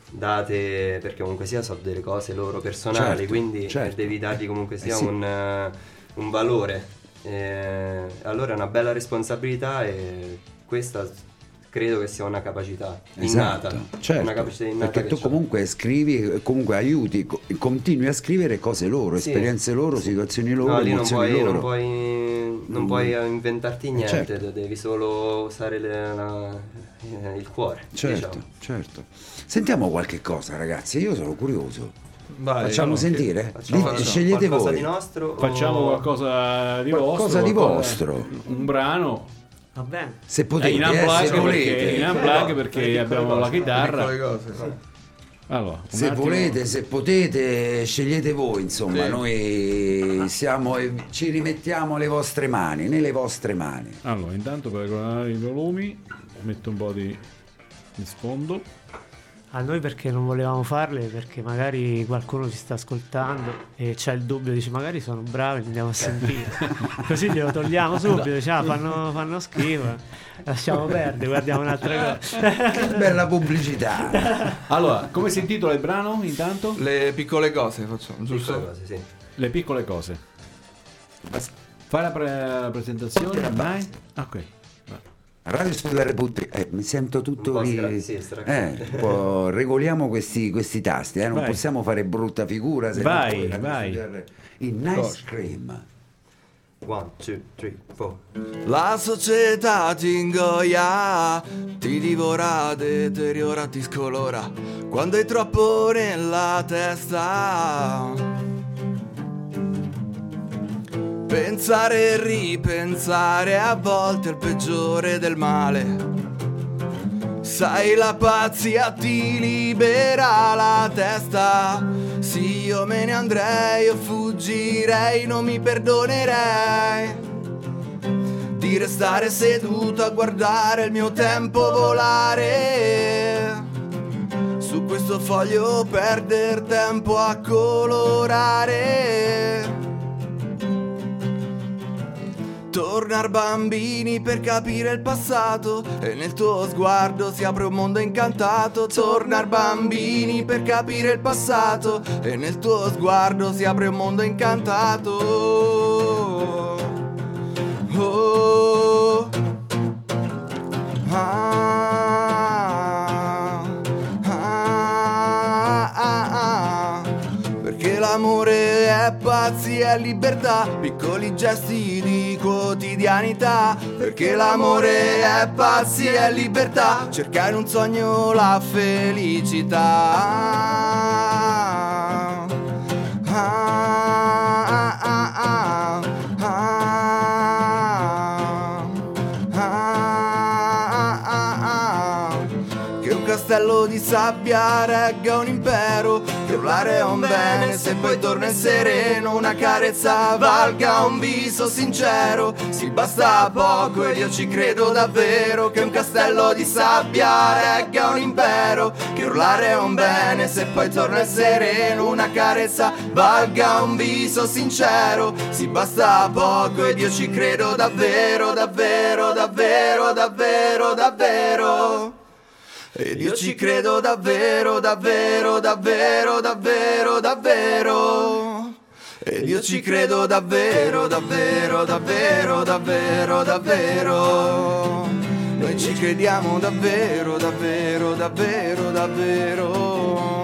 date, perché comunque sia sono delle cose loro personali, Certo, quindi certo. devi dargli comunque sia Eh sì. un, eh, un valore. Eh, allora è una bella responsabilità e questa credo che sia una capacità innata, Esatto, certo. una capacità innata Perché che tu c'ho. comunque scrivi, comunque aiuti, co- continui a scrivere cose loro, Sì. esperienze loro, situazioni loro, No, lì non emozioni puoi, loro. non puoi, non Mm. puoi inventarti niente, Certo. devi solo usare le- la- eh, il cuore. Certo, diciamo. certo. Sentiamo qualche cosa, ragazzi, io sono curioso. Vai, Facciamo no, sentire? Facciamo Di- scegliete qualcosa voi. di nostro Facciamo o- qualcosa di Qualcosa vostro. di qualcosa- vostro. Un brano. Va bene. Se Eh, potete, in eh, unplug se perché, volete. in unplug perché piccole abbiamo cose, la piccole chitarra. Piccole cose, sì. Allora, un Se attimo. volete, se potete, scegliete voi, insomma, Sì. noi siamo e ci rimettiamo le vostre mani, nelle vostre mani. Allora, intanto per regolare i volumi metto un po' di, di sfondo. A noi perché non volevamo farle, perché magari qualcuno ci sta ascoltando e c'è il dubbio, dice magari sono bravi, andiamo a sentire. Così glielo togliamo subito, dice ah, fanno, fanno schifo, lasciamo perdere, guardiamo un'altra cosa. Che bella pubblicità. Allora, come si intitola il brano intanto? Le piccole cose facciamo, piccole giusto? cose, sì. Le piccole cose. Fai la, pre- la presentazione, vai. Ah, ok. Radio Studio Repubblica, eh, mi sento tutto Un po' lì. stra- sì, stra- eh, un po' regoliamo questi, questi tasti, eh, non Vai. possiamo fare brutta figura. Se Vai, no poi Radio vai. Studio R- Il Nice Cream. One, two, three, four. La società ti ingoia, ti divora, deteriora, ti scolora. Quando hai troppo nella testa. Pensare e ripensare a volte è il peggiore del male. Sai, la pazzia ti libera la testa. Sì, io me ne andrei, io fuggirei, non mi perdonerei di restare seduto a guardare il mio tempo volare. Su questo foglio perder tempo a colorare. Tornar bambini per capire il passato e nel tuo sguardo si apre un mondo incantato. Tornar bambini per capire il passato e nel tuo sguardo si apre un mondo incantato. Oh, ah, ah, ah, ah. Perché l'amore è pazzia e libertà, piccoli gesti di quotidianità. Perché l'amore è pazzia e libertà, cerca in un sogno la felicità. Ah, ah, ah, ah, ah, ah, ah, ah. Che un castello di sabbia regga un impero, che urlare è un bene se poi torna in sereno. Una carezza valga un viso sincero, si basta poco ed io ci credo davvero. Che un castello di sabbia regga un impero, che urlare è un bene se poi torna in sereno. Una carezza valga un viso sincero, si basta poco ed io ci credo davvero, davvero, davvero, davvero, davvero. Ed io ci credo davvero, davvero, davvero, davvero, davvero. Ed io ci credo davvero, davvero, davvero, davvero, davvero. Noi ci crediamo davvero, davvero, davvero, davvero.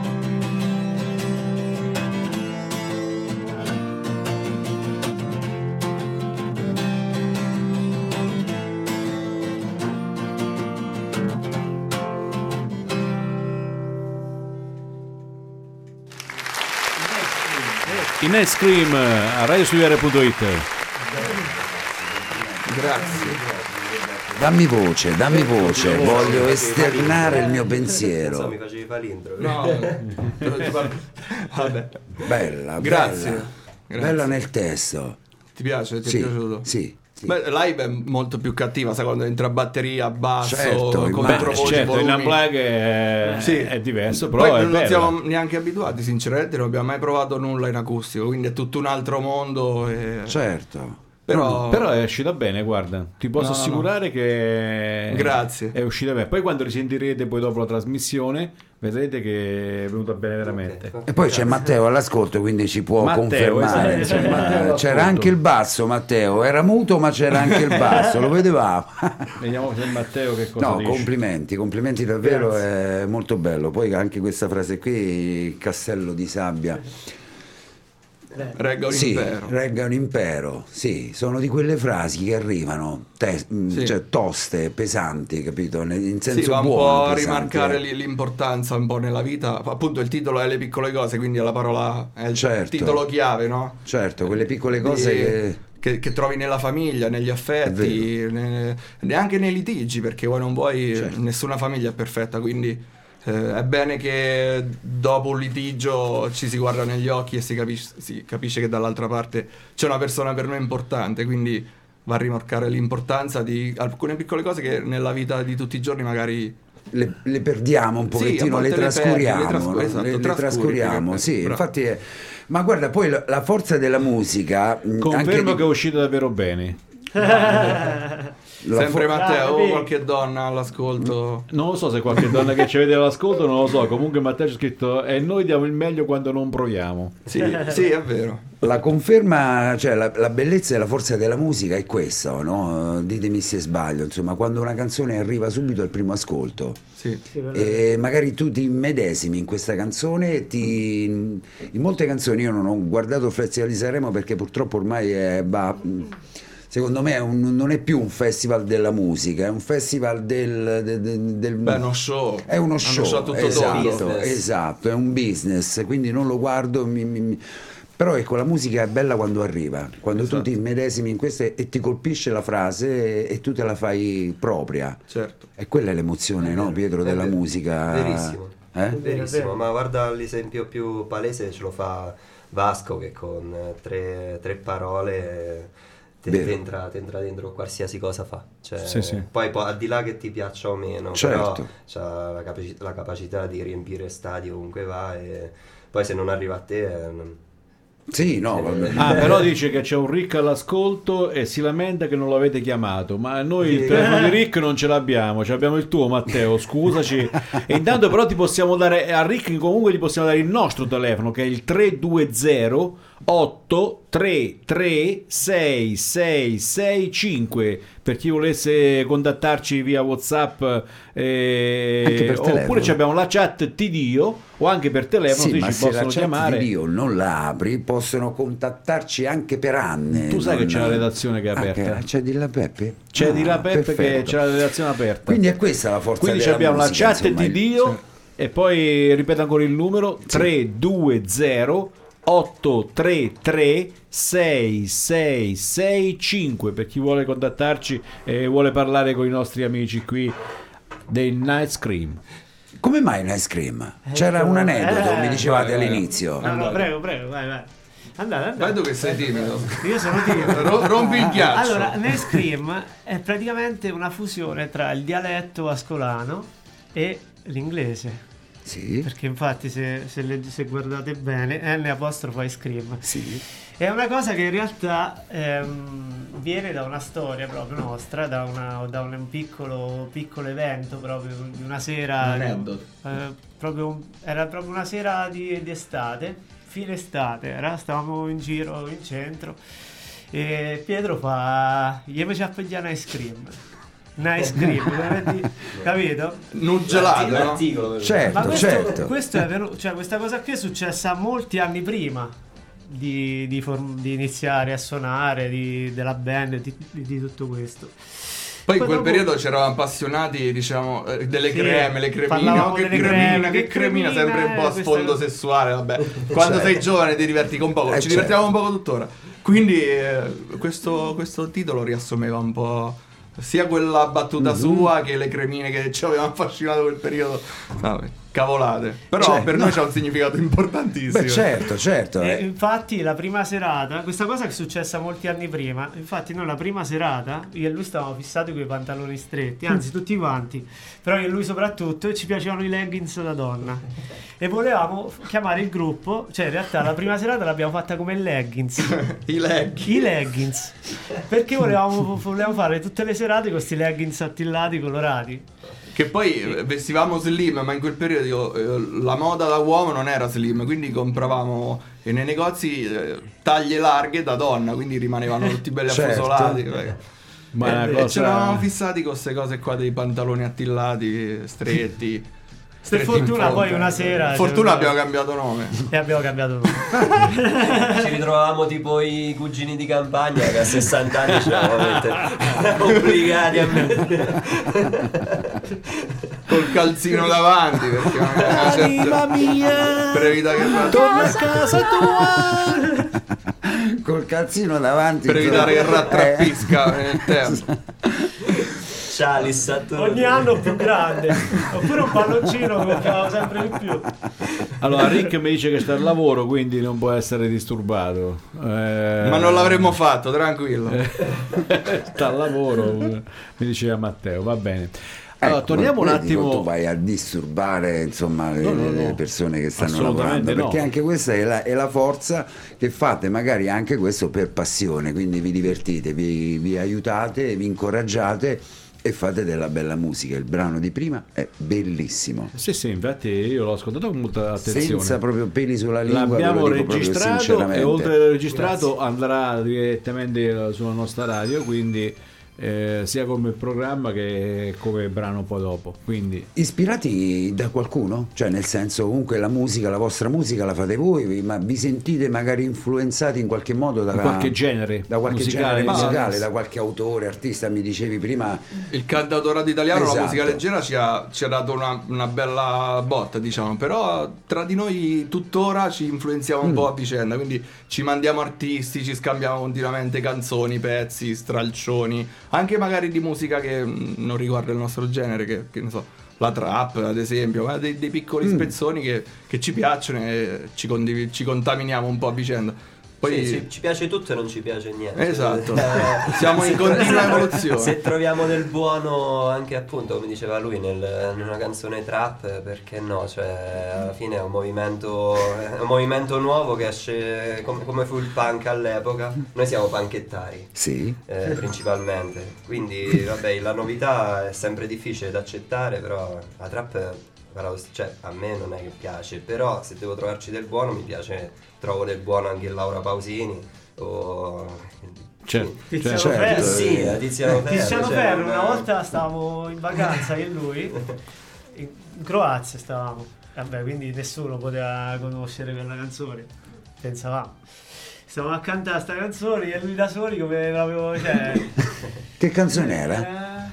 In Ice Cream a radiostudio punto it. Grazie. Dammi voce, dammi voce, voglio Sì, esternare il mio Non so, pensiero. mi facevi fare l'intro. No, vabbè. Bella, Grazie. bella. Grazie. Bella nel testo. Ti piace? Ti Sì, è piaciuto? sì, sì. Beh, live è molto più cattiva, sai, quando entra batteria, basso, Certo, contro immagino. voci, Certo, in volumi. unplug è, Sì. è diverso, però Poi è non bello. siamo neanche abituati, sinceramente, non abbiamo mai provato nulla in acustico, quindi è tutto un altro mondo. E... Certo. Però, Però è uscita bene, guarda. Ti posso No, no, assicurare che Grazie. è uscita bene. Poi quando risentirete poi dopo la trasmissione, vedrete che è venuta bene veramente. Ok. E poi c'è Matteo all'ascolto, quindi ci può Matteo, confermare. esatto, c'è insomma. Matteo all'ascolto. C'era anche il basso, Matteo. Era muto, ma c'era anche il basso, lo vedevamo. Vediamo se Matteo che cosa No, dice. complimenti, complimenti davvero, è molto bello. Poi anche questa frase qui, il castello di sabbia. regga un sì, impero. regga un impero, sì, sono di quelle frasi che arrivano te- Sì. cioè, toste, pesanti, capito? Ne- In senso Sì, va un buono. po' a pesanti, rimarcare eh. li- l'importanza un po' nella vita. Appunto il titolo è Le piccole cose, quindi è la parola, è il Certo. titolo chiave, no? Certo, quelle piccole cose Di- che... che, che trovi nella famiglia, negli affetti, ne- neanche nei litigi, perché vuoi non vuoi, Certo. nessuna famiglia è perfetta, quindi eh, è bene che dopo un litigio ci si guarda negli occhi e si capisce, si capisce che dall'altra parte c'è una persona per noi importante, quindi va a rimarcare l'importanza di alcune piccole cose che nella vita di tutti i giorni magari... Le, le perdiamo un Sì, a pochettino, volte le le perdi, trascuriamo, le trascu- no? esatto, le, le trascuri, trascuriamo, più che- sì, bravo. infatti è- ma guarda, poi la, la forza della musica, mh, Confermo anche di- che è uscito davvero bene. la Sempre fo- Matteo, Ah, o vedi? qualche donna all'ascolto. Non lo so se qualche donna che ci vede all'ascolto, non lo so. Comunque Matteo c'è scritto e noi diamo il meglio quando non proviamo. Sì, sì, è vero. la conferma, cioè la, la bellezza e la forza della musica è questo, no? Ditemi se sbaglio, insomma, quando una canzone arriva subito al primo ascolto Sì. Sì, per- e magari tu ti immedesimi in questa canzone e ti... in molte canzoni io non ho guardato il Festival di Sanremo perché purtroppo ormai è, bah, secondo me è un- non è più un festival della musica, è un festival del, del, del- del- Beh, è uno show. è uno Hanno show, show a tutto esatto, tondo. esatto, è un business, quindi non lo guardo, mi- mi- mi- però ecco, la musica è bella quando arriva, quando Esatto. tu ti immedesimi in questa e, e ti colpisce la frase e, e tu te la fai propria. Certo. E quella è l'emozione, È no, vero, Pietro, è della vero. musica. Verissimo. Eh? Verissimo, ma guarda l'esempio più palese ce lo fa Vasco che con eh, tre, tre parole ti Vero. entra, ti entra dentro qualsiasi cosa fa. Cioè, Sì, sì. Poi po- al di là che ti piaccia o meno, Certo. però c'ha la, capaci- la capacità di riempire stadi ovunque va e poi se non arriva a te... eh, non- Sì, no, vabbè. Ah, però dice che c'è un Rick all'ascolto e si lamenta che non lo avete chiamato. Ma noi il telefono di Rick non ce l'abbiamo, ce l'abbiamo il tuo, Matteo. Scusaci. E intanto, però, ti possiamo dare a Rick comunque ti possiamo dare il nostro telefono che è il tre due zero otto tre tre sei sei sei cinque per chi volesse contattarci via WhatsApp eh, Anche per oppure telefono. ci abbiamo la chat T D O o anche per telefono Sì, sì, ma ci se la possono chat chiamare. di Dio non la apri, possono contattarci anche per anni. Tu sai che non- c'è la redazione che è Ah, aperta. che- c'è di la Peppe? C'è Ah, di là Peppe che perfetto. c'è la redazione aperta. Quindi è questa la forza Quindi della abbiamo musica, la chat insomma, di il- Dio e poi ripeto ancora il numero tre due zero otto tre tre sei sei sei cinque per chi vuole contattarci e vuole parlare con i nostri amici qui dei Night Scream. Come mai un ice cream? C'era Ecco, un aneddoto, eh. mi dicevate Vai, vai. all'inizio. No, no, prego, prego, vai, vai. Andate, andate. Vai tu che sei timido. Io sono timido. Ro- rompi il ghiaccio. Allora, Night Scream è praticamente una fusione tra il dialetto ascolano e l'inglese. Sì, Perché infatti se, se, le- se guardate bene N apostrofo ice cream sì. è una cosa che in realtà ehm, viene da una storia proprio nostra, da, una, da un piccolo, piccolo evento proprio di una sera. Un aneddoto. eh, proprio un- era proprio una sera di, di estate, fine estate era, stavamo in giro in centro e Pietro fa gli ci appoggiamo ice cream. Nice cream, veramente, capito? Un gelato, no? L'articolo, per- Certo, Ma questo, certo. questo è venuto, cioè questa cosa qui è successa molti anni prima di, di form- di iniziare a suonare, di- della band, di, di- di tutto questo. Poi in Poi quel dopo- periodo ci eravamo appassionati, diciamo, eh, delle Sì, creme, le cremine, parlavamo oh, che delle cremina, creme, che che cremina, cremina, sempre un po' a questa- sfondo sessuale, vabbè. Quando Certo. sei giovane ti diverti con poco, Eh, ci certo. divertiamo un poco tuttora. Quindi eh, questo, questo titolo riassumeva un po' sia quella battuta Mm-hmm. sua che le cremine che ci avevano affascinato quel periodo. Vabbè, cavolate. Però Cioè, per no. noi c'ha un significato importantissimo. Beh, certo, certo. E eh. infatti la prima serata, questa cosa è successa molti anni prima, infatti noi la prima serata, io e lui stavamo fissati con i pantaloni stretti, anzi tutti quanti, però io e lui soprattutto, e ci piacevano i leggings da donna. E volevamo f- chiamare il gruppo, cioè in realtà la prima serata l'abbiamo fatta come leggings. I leghi. I leggings, perché volevamo, volevamo fare tutte le serate con questi leggings attillati colorati. Che poi eh, vestivamo slim, ma in quel periodo eh, la moda da uomo non era slim, quindi compravamo eh, nei negozi eh, taglie larghe da donna, quindi rimanevano tutti belli Certo. affosolati. eh. Ma è una E cosa- ci eravamo fissati con queste cose qua dei pantaloni attillati, stretti. Per fortuna poi una sera fortuna abbiamo cambiato nome e abbiamo cambiato nome ci ritrovavamo tipo i cugini di campagna che a sessanta anni ci eravamo obbligati a mettere col calzino davanti perché anima mia previta che torna a casa tua col calzino davanti per evitare che rattrappisca eh. nel tempo. Ogni anno più grande, oppure un palloncino che gonfiava sempre di più. Allora Rick mi dice che sta al lavoro, quindi non può essere disturbato, eh... ma non l'avremmo fatto, tranquillo. Sta al lavoro, mi diceva Matteo, va bene. Allora, ecco, torniamo un attimo. Tu vai a disturbare insomma le, no, no, no. le persone che stanno lavorando, no. perché anche questa è la, è la forza che fate, magari anche questo per passione, quindi vi divertite, vi, vi aiutate, vi incoraggiate e fate della bella musica. Il brano di prima è bellissimo. Sì, sì, infatti io l'ho ascoltato con molta attenzione. Senza proprio peli sulla lingua. L'abbiamo ve lo dico registrato e oltre al registrato Grazie. andrà direttamente sulla nostra radio, quindi eh, sia come programma che come brano poi dopo. Quindi ispirati da qualcuno? Cioè nel senso, comunque la musica, la vostra musica la fate voi, ma vi sentite magari influenzati in qualche modo da, da qualche genere da qualche musicale, genere musicale, ma... da qualche autore, artista? Mi dicevi prima il cantautorato italiano, esatto. La musica leggera ci ha, ci ha dato una, una bella botta, diciamo, però tra di noi tuttora ci influenziamo un mm. po' a vicenda, quindi ci mandiamo artisti, ci scambiamo continuamente canzoni, pezzi, stralcioni, anche magari di musica che non riguarda il nostro genere, che, che ne so, la trap ad esempio, ma dei, dei piccoli mm. spezzoni che, che ci piacciono e ci, condiv- ci contaminiamo un po' a vicenda. Poi sì, ci, ci piace tutto e non ci piace niente. Esatto. Siamo in continua evoluzione. Se troviamo del buono anche appunto, come diceva lui, nel, in una canzone trap, perché no? Cioè, alla fine è un movimento, è un movimento nuovo che esce come, come fu il punk all'epoca. Noi siamo panchettari, sì. eh, principalmente. Quindi vabbè, la novità è sempre difficile da accettare, però la trap, cioè, a me non è che piace, però se devo trovarci del buono mi piace, trovo del buono anche in Laura Pausini o certo, Tiziano certo. Ferro. sì, eh, Tiziano Ferro, Tiziano cioè, Ferro, non... una volta stavamo in vacanza io e lui in Croazia stavamo, vabbè, quindi nessuno poteva conoscere quella canzone, pensavamo. Stavamo a cantare sta canzone io e lui da soli come proprio, cioè... Che canzone era? Eh...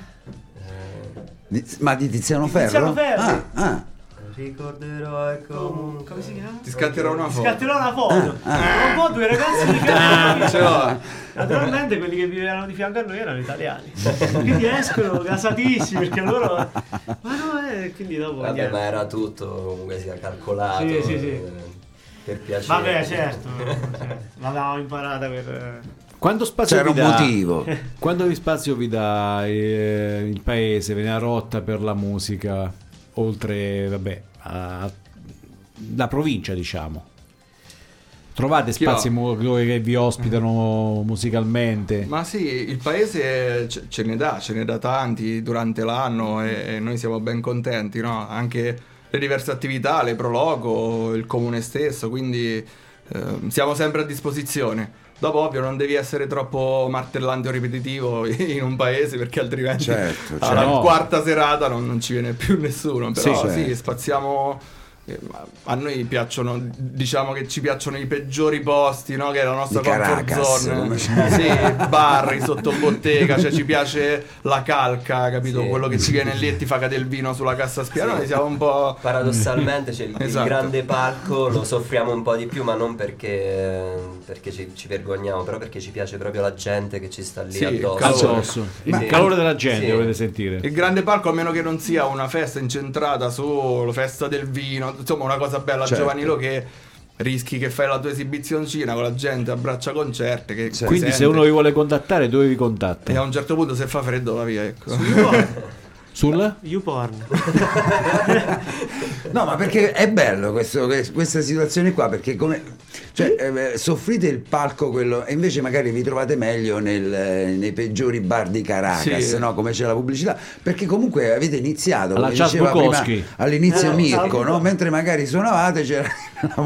Di, ma di Tiziano di Ferro? Tiziano Ferro. Ah, ah. Ricorderò e comunque come si chiama? Ti scatterò una foto. Scatterò una foto. Ah, ah. Un po' due ragazzi di Ah, ce l'ho. naturalmente quelli che vivevano di fianco a noi erano italiani. Quindi escono gasatissimi perché loro. Ma no, eh, quindi dopo. Vabbè, niente. ma era tutto comunque sia calcolato. Sì, sì, sì. eh, Per piacere. Vabbè, certo. certo. L'avevamo imparata per. Quando spazio C'era vi un dà, motivo. quando vi spazio vi dà eh, il paese, ve ne ha rotta per la musica, oltre, vabbè, a, la provincia, diciamo. Trovate spazi mo- che vi ospitano musicalmente? Ma sì, il paese ce, ce ne dà, ce ne dà tanti durante l'anno e, e noi siamo ben contenti, no? Anche le diverse attività, le Proloco, il comune stesso, quindi eh, siamo sempre a disposizione. Dopo ovvio non devi essere troppo martellante o ripetitivo in un paese, perché altrimenti certo, certo. alla No. quarta serata non, non ci viene più nessuno. Però Sì, sì, certo. spaziamo. eh, A noi piacciono, diciamo che ci piacciono i peggiori posti, no? Che è la nostra Di comfort Caracas, zone. come Sì, bar, i sottobottega, cioè ci piace la calca, capito? Sì. Quello che ci viene lì e ti fa cadere il vino sulla cassa spiana. Noi siamo un po'. Paradossalmente c'è il, Esatto. il grande palco, lo soffriamo un po' di più, ma non perché, perché ci, ci vergogniamo, però perché ci piace proprio la gente che ci sta lì Sì, addosso. calore. Addosso. Il Sì. calore della gente, Sì. volete sentire? Il grande palco, a meno che non sia una festa incentrata sulla festa del vino, insomma una cosa bella Certo. giovanile, che rischi che fai la tua esibizioncina con la gente a braccia concerte, che Certo. Quindi se uno vi vuole contattare, dove vi contatta? e a un certo punto se fa freddo va via, ecco. Sul? YouPorn. No, ma perché è bello questo, questa situazione qua, perché come Cioè, eh, soffrite il palco quello e invece magari vi trovate meglio nel, nei peggiori bar di Caracas, Sì. no? Come c'è la pubblicità, perché comunque avete iniziato Alla come Charles diceva prima, Bukowski. all'inizio Eh, Mirko, no? Mentre magari suonavate c'era la,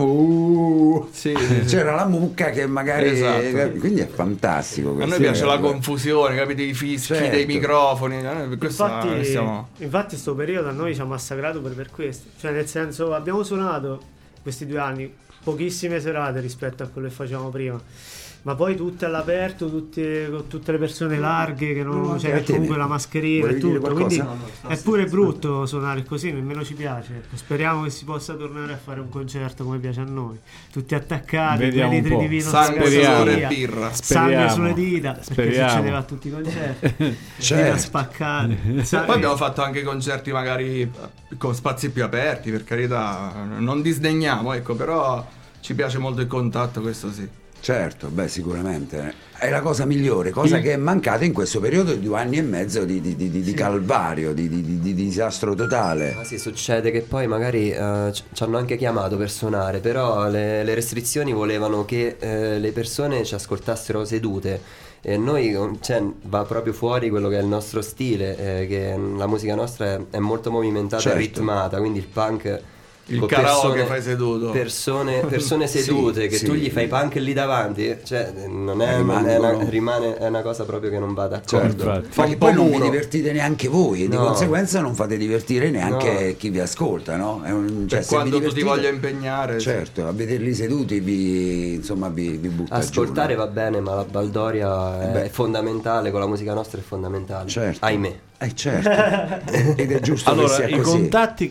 uh, Sì. c'era la mucca che magari Esatto. quindi è fantastico A questo. noi piace la Eh, confusione, capite? I fischi Certo. dei microfoni. eh, Questo Infatti, stiamo... infatti sto periodo a noi ci ha massacrato per, per questo. Cioè, nel senso, abbiamo suonato questi due anni pochissime serate rispetto a quello che facevamo prima. Ma poi tutte all'aperto, tutte, con tutte le persone larghe che non No, cioè, anche a che te, comunque mi- la mascherina e volevi dire tutto. qualcosa? Quindi è pure brutto suonare così, nemmeno ci piace. Speriamo che si possa tornare a fare un concerto come piace a noi. Tutti attaccati, due Vediamo un litri po'. di vino Sangue, spezzato sudore e via, birra. sangue Speriamo. sulle dita, perché Speriamo. succedeva a tutti i concerti. Dita Certo. spaccate. Poi abbiamo fatto anche concerti magari con spazi più aperti, per carità, non disdegniamo, ecco, però ci piace molto il contatto, questo sì. Certo, beh, sicuramente è la cosa migliore, cosa Il- che è mancata in questo periodo di due anni e mezzo di, di- di- di- di calvario, di, di- di- di disastro totale. Ma sì, succede che poi magari eh, ci ci hanno anche chiamato per suonare, però le, le restrizioni volevano che eh, le persone ci ascoltassero sedute. E noi, cioè, va proprio fuori quello che è il nostro stile, eh, che la musica nostra è, è molto movimentata Certo. e ritmata, quindi il punk... Il con karaoke fai seduto. Persone, persone Sì, sedute, che sì. tu gli fai punk lì davanti, cioè non è, non è Rimangono. una, rimane, è una cosa proprio che non va d'accordo. Certo, infatti. Fa perché un poi po' non vi muro. divertite neanche voi e di No. conseguenza non fate divertire neanche No. chi vi ascolta, no? È un, cioè, Per se quando vi tu ti divertite- voglia impegnare. sì. Certo, a vederli seduti vi, insomma, vi, vi butta Ascoltare giù, no? va bene, ma la baldoria Eh beh. è fondamentale, con la musica nostra è fondamentale. Certo. Ahimè. Eh certo, ed è giusto Allora, che sia i così. contatti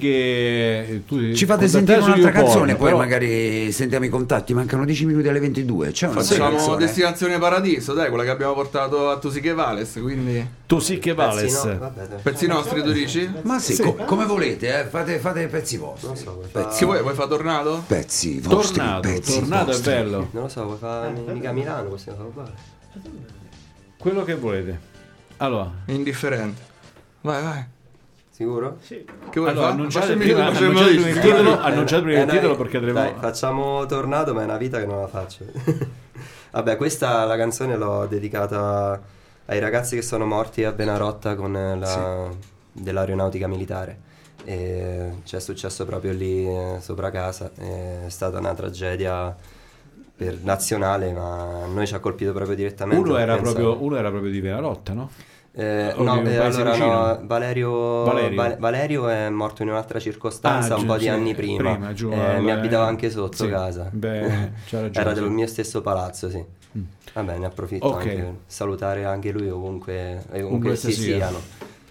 che tu Ci fate contattate sentire su un'altra YouPorn, canzone, poi però- magari sentiamo i contatti, mancano dieci minuti alle ventidue. C'è una Facciamo canzone? Destinazione Paradiso, dai, quella che abbiamo portato a Tusiche Vales, quindi Tu sì che vales. Pezzi no, vabbè, dai. pezzi nostri tu dici? Ma sì, co- come volete, eh, fate, fate pezzi vostri. Non so, vuoi fa- Pezzi, Che vuoi, vuoi fare tornato? pezzi vostri, Tornato, pezzi tornato è vostri. bello. Non lo so, vuoi fare mica a Milano, possiamo fare uguale. Quello che volete. Allora, Indifferente. Vai, vai. Sicuro? Sì. Che vuoi allora fare? annunciate Facciami- prima, facciamo annunciate il- prima il titolo, annunciate prima Eh, il dai, titolo perché andremo dai, facciamo tornato, ma è una vita che non la faccio. Vabbè, questa la canzone l'ho dedicata ai ragazzi che sono morti a Benarotta con la dell'aeronautica militare. E c'è successo proprio lì eh, sopra casa. È stata una tragedia per nazionale, ma a noi ci ha colpito proprio direttamente. Uno era, Pensavo- proprio, uno era proprio di Venarotta, no? Eh, O no, di un eh, paese allora vicino? no, Valerio, Valerio. Va- Valerio è morto in un'altra circostanza Ah, un giù, po' di sì, anni prima, prima, giù, Eh, allora, mi abitava eh, anche sotto sì, casa. beh, c'ha ragione, Era sì. del mio stesso palazzo, sì. Vabbè, ne approfitto Ok. anche per salutare anche lui ovunque, eh, ovunque Ovunque si sia. siano.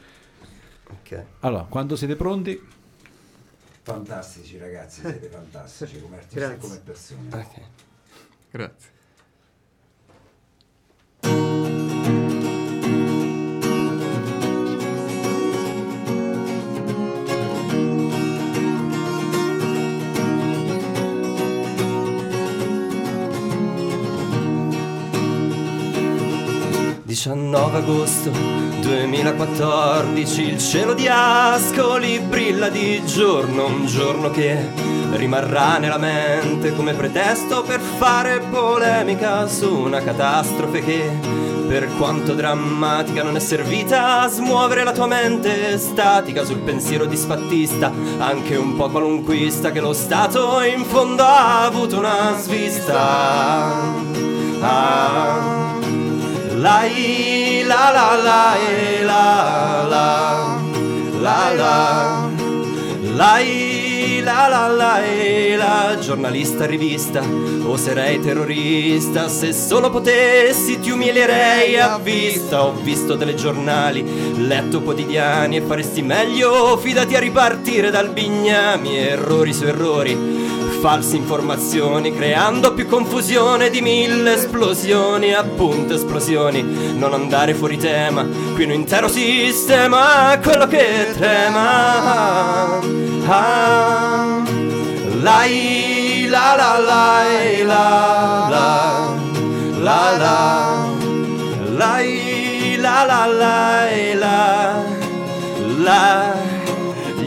Ok. Allora, quando siete pronti? Fantastici ragazzi, siete fantastici come artisti e Grazie. come persone. Ok. Grazie. diciannove agosto duemilaquattordici, il cielo di Ascoli brilla di giorno, un giorno che rimarrà nella mente come pretesto per fare polemica su una catastrofe che, per quanto drammatica, non è servita a smuovere la tua mente statica sul pensiero disfattista, anche un po' qualunquista, che lo Stato in fondo ha avuto una svista. Ah. La i la la la e la la la la la i la la la e la giornalista rivista, oserei terrorista, se solo potessi ti umilierei a vista. Ho visto telegiornali, letto quotidiani e faresti meglio, fidati a ripartire dal bignami, errori su errori, false informazioni, creando più confusione di mille esplosioni, appunto esplosioni. Non andare fuori tema, qui un intero sistema è quello che trema. Ah, la i la la la e la la la la la i la la la e la la. Gli aerei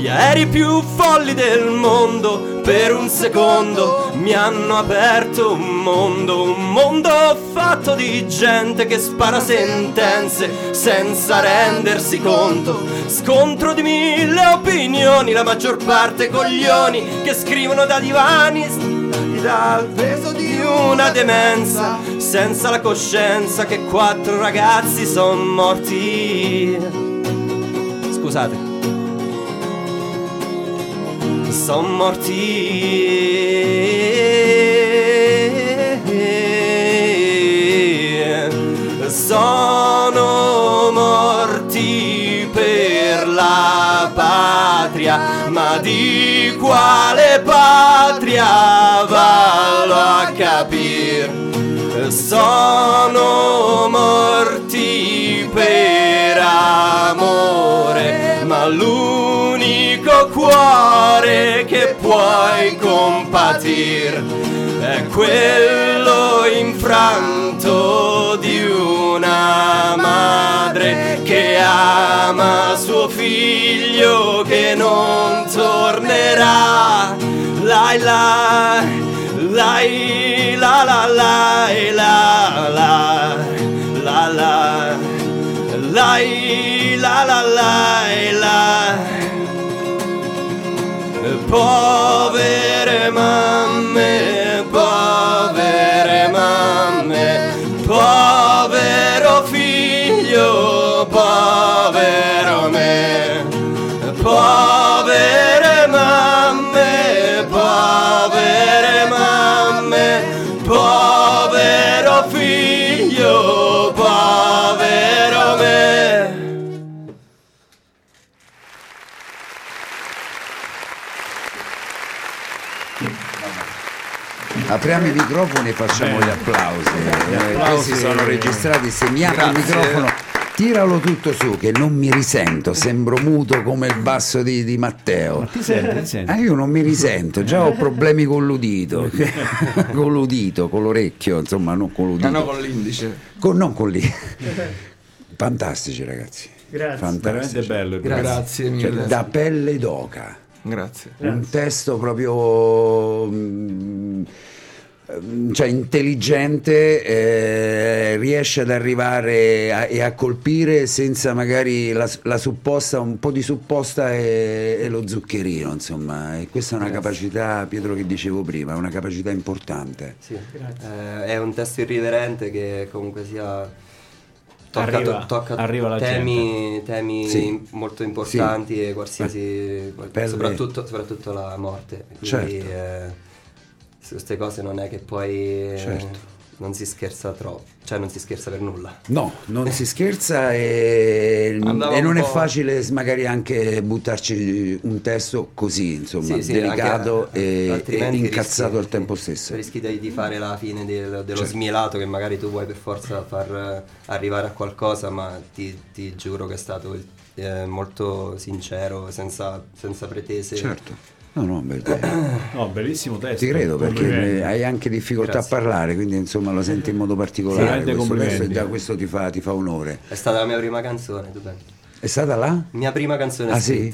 più folli del mondo. Per un secondo mi hanno aperto un mondo, un mondo fatto di gente che spara sentenze senza rendersi conto. Scontro di mille opinioni, la maggior parte coglioni che scrivono da divani dal peso di una demenza, senza la coscienza che quattro ragazzi son morti. Scusate, son morti. Sono morti per la patria, ma di quale patria vallo a capire? Sono morti per amore, ma l'unico cuore che puoi compatir è quello infranto di una madre che ama suo figlio che non tornerà. Lai la lai la la la la la la la lai la la la la. Povere mamme, povere mamme, povero figlio, povero me. Povere mamme, povere mamme, povero figlio, povero me. Apriamo i microfoni e facciamo gli applausi. Gli Eh, applausi. Questi sono registrati. Se mi apri il Grazie. microfono, tiralo tutto su, che non mi risento. Sembro muto come il basso di, di Matteo. Ti senti, ti senti? Ah, io non mi risento, già ho problemi con l'udito, con l'udito, con l'orecchio, insomma, non con l'udito. Ah, no, con l'indice. Con- non con lì. Fantastici, ragazzi. Grazie. Fantastici. Veramente bello. Grazie, Grazie Cioè, mille. da pelle d'oca. Grazie. Un testo proprio mm, cioè intelligente, eh, riesce ad arrivare a, e a colpire senza magari la, la supposta, un po' di supposta e, e lo zuccherino, insomma, e questa è una Grazie. capacità, Pietro, che dicevo prima, è una capacità importante. Sì, eh, è un testo irriverente che comunque sia tocca, Arriva- to- tocca arriva alla temi, temi Sì. molto importanti Sì. e qualsiasi Per- soprattutto, soprattutto la morte. Quindi Certo. eh, su queste cose non è che poi eh, Certo. non si scherza troppo, cioè non si scherza per nulla. No, non si scherza e, Andava e non un è po'. facile magari anche buttarci un testo così, insomma, Sì, sì, delicato anche- e, e altrimenti incazzato rischi- al tempo sì, stesso. rischi di di fare la fine del- dello Certo. smielato che magari tu vuoi per forza far eh, arrivare a qualcosa, ma ti, ti giuro che è stato eh, molto sincero, senza, senza pretese. Certo. No, no, beh, dai. No, bellissimo testo. Ti credo perché Complimenti. hai anche difficoltà Grazie. a parlare, quindi insomma lo senti in modo particolare. Veramente Questo testo, e complimenti. già questo ti fa, ti fa onore. È stata la mia prima canzone, tu pensi? È stata là? Mia prima canzone Ah sì?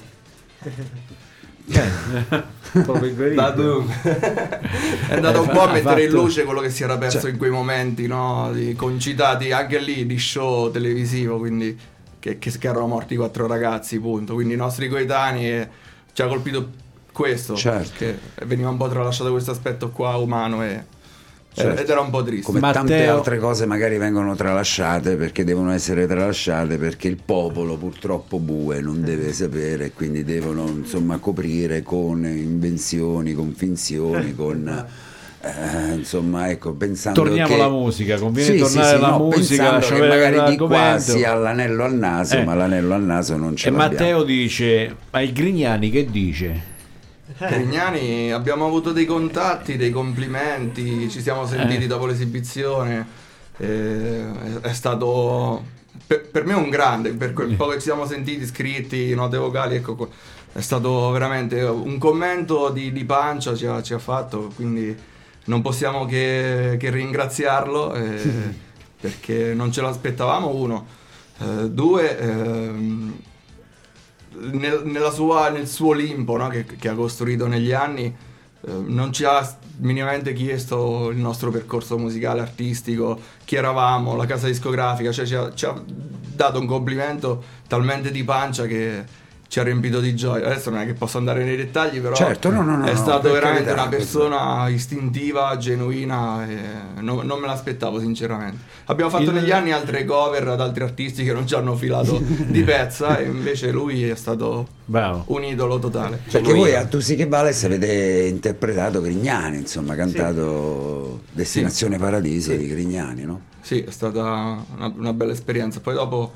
scritta. Proprio il verità. Baboom. È andato un po' a Ha mettere in fatto- luce quello che si era perso Cioè- in quei momenti, no? Di concitati anche lì di show televisivo, quindi che, che, che erano morti quattro ragazzi, punto. Quindi i nostri coetanei, e ci ha colpito questo, Certo. che veniva un po' tralasciato questo aspetto qua umano e, Certo. ed era un po' triste. Come Matteo- tante altre cose magari vengono tralasciate perché devono essere tralasciate perché il popolo purtroppo bue non deve sapere e quindi devono insomma coprire con invenzioni, con finzioni, con eh, insomma ecco pensando Torniamo che... alla musica, conviene Sì, tornare sì, sì, alla no, musica, pensando lascia che vedere magari di qua l'argomento. sia l'anello al naso, Eh. ma l'anello al naso non ce E l'abbiamo. Matteo dice, ma il Grignani che dice? Grignani, abbiamo avuto dei contatti, dei complimenti, ci siamo sentiti Eh. dopo l'esibizione, eh, è, è stato per, per me un grande, per quel poco che ci siamo sentiti, scritti, note vocali, ecco, co- è stato veramente un commento di, di pancia ci ha, ci ha fatto, quindi non possiamo che, che ringraziarlo, eh, perché non ce l'aspettavamo, uno. Eh, due, ehm, nel, nella sua, nel suo Olimpo, no? che, che ha costruito negli anni, eh, non ci ha minimamente chiesto il nostro percorso musicale, artistico, chi eravamo, la casa discografica, cioè ci ha, ci ha dato un complimento talmente di pancia che ci ha riempito di gioia. Adesso non è che posso andare nei dettagli, però certo, no, no, no, è no, stato veramente carità, una persona istintiva, genuina, e non, non me l'aspettavo sinceramente. Abbiamo fatto Il... negli anni altre cover ad altri artisti che non ci hanno filato di pezza, e invece lui è stato Bravo. un idolo totale. Perché voi a Tu sì che Vales avete interpretato Grignani, insomma, cantato sì. Destinazione sì. Paradiso sì. di Grignani, no? Sì, è stata una, una bella esperienza. Poi dopo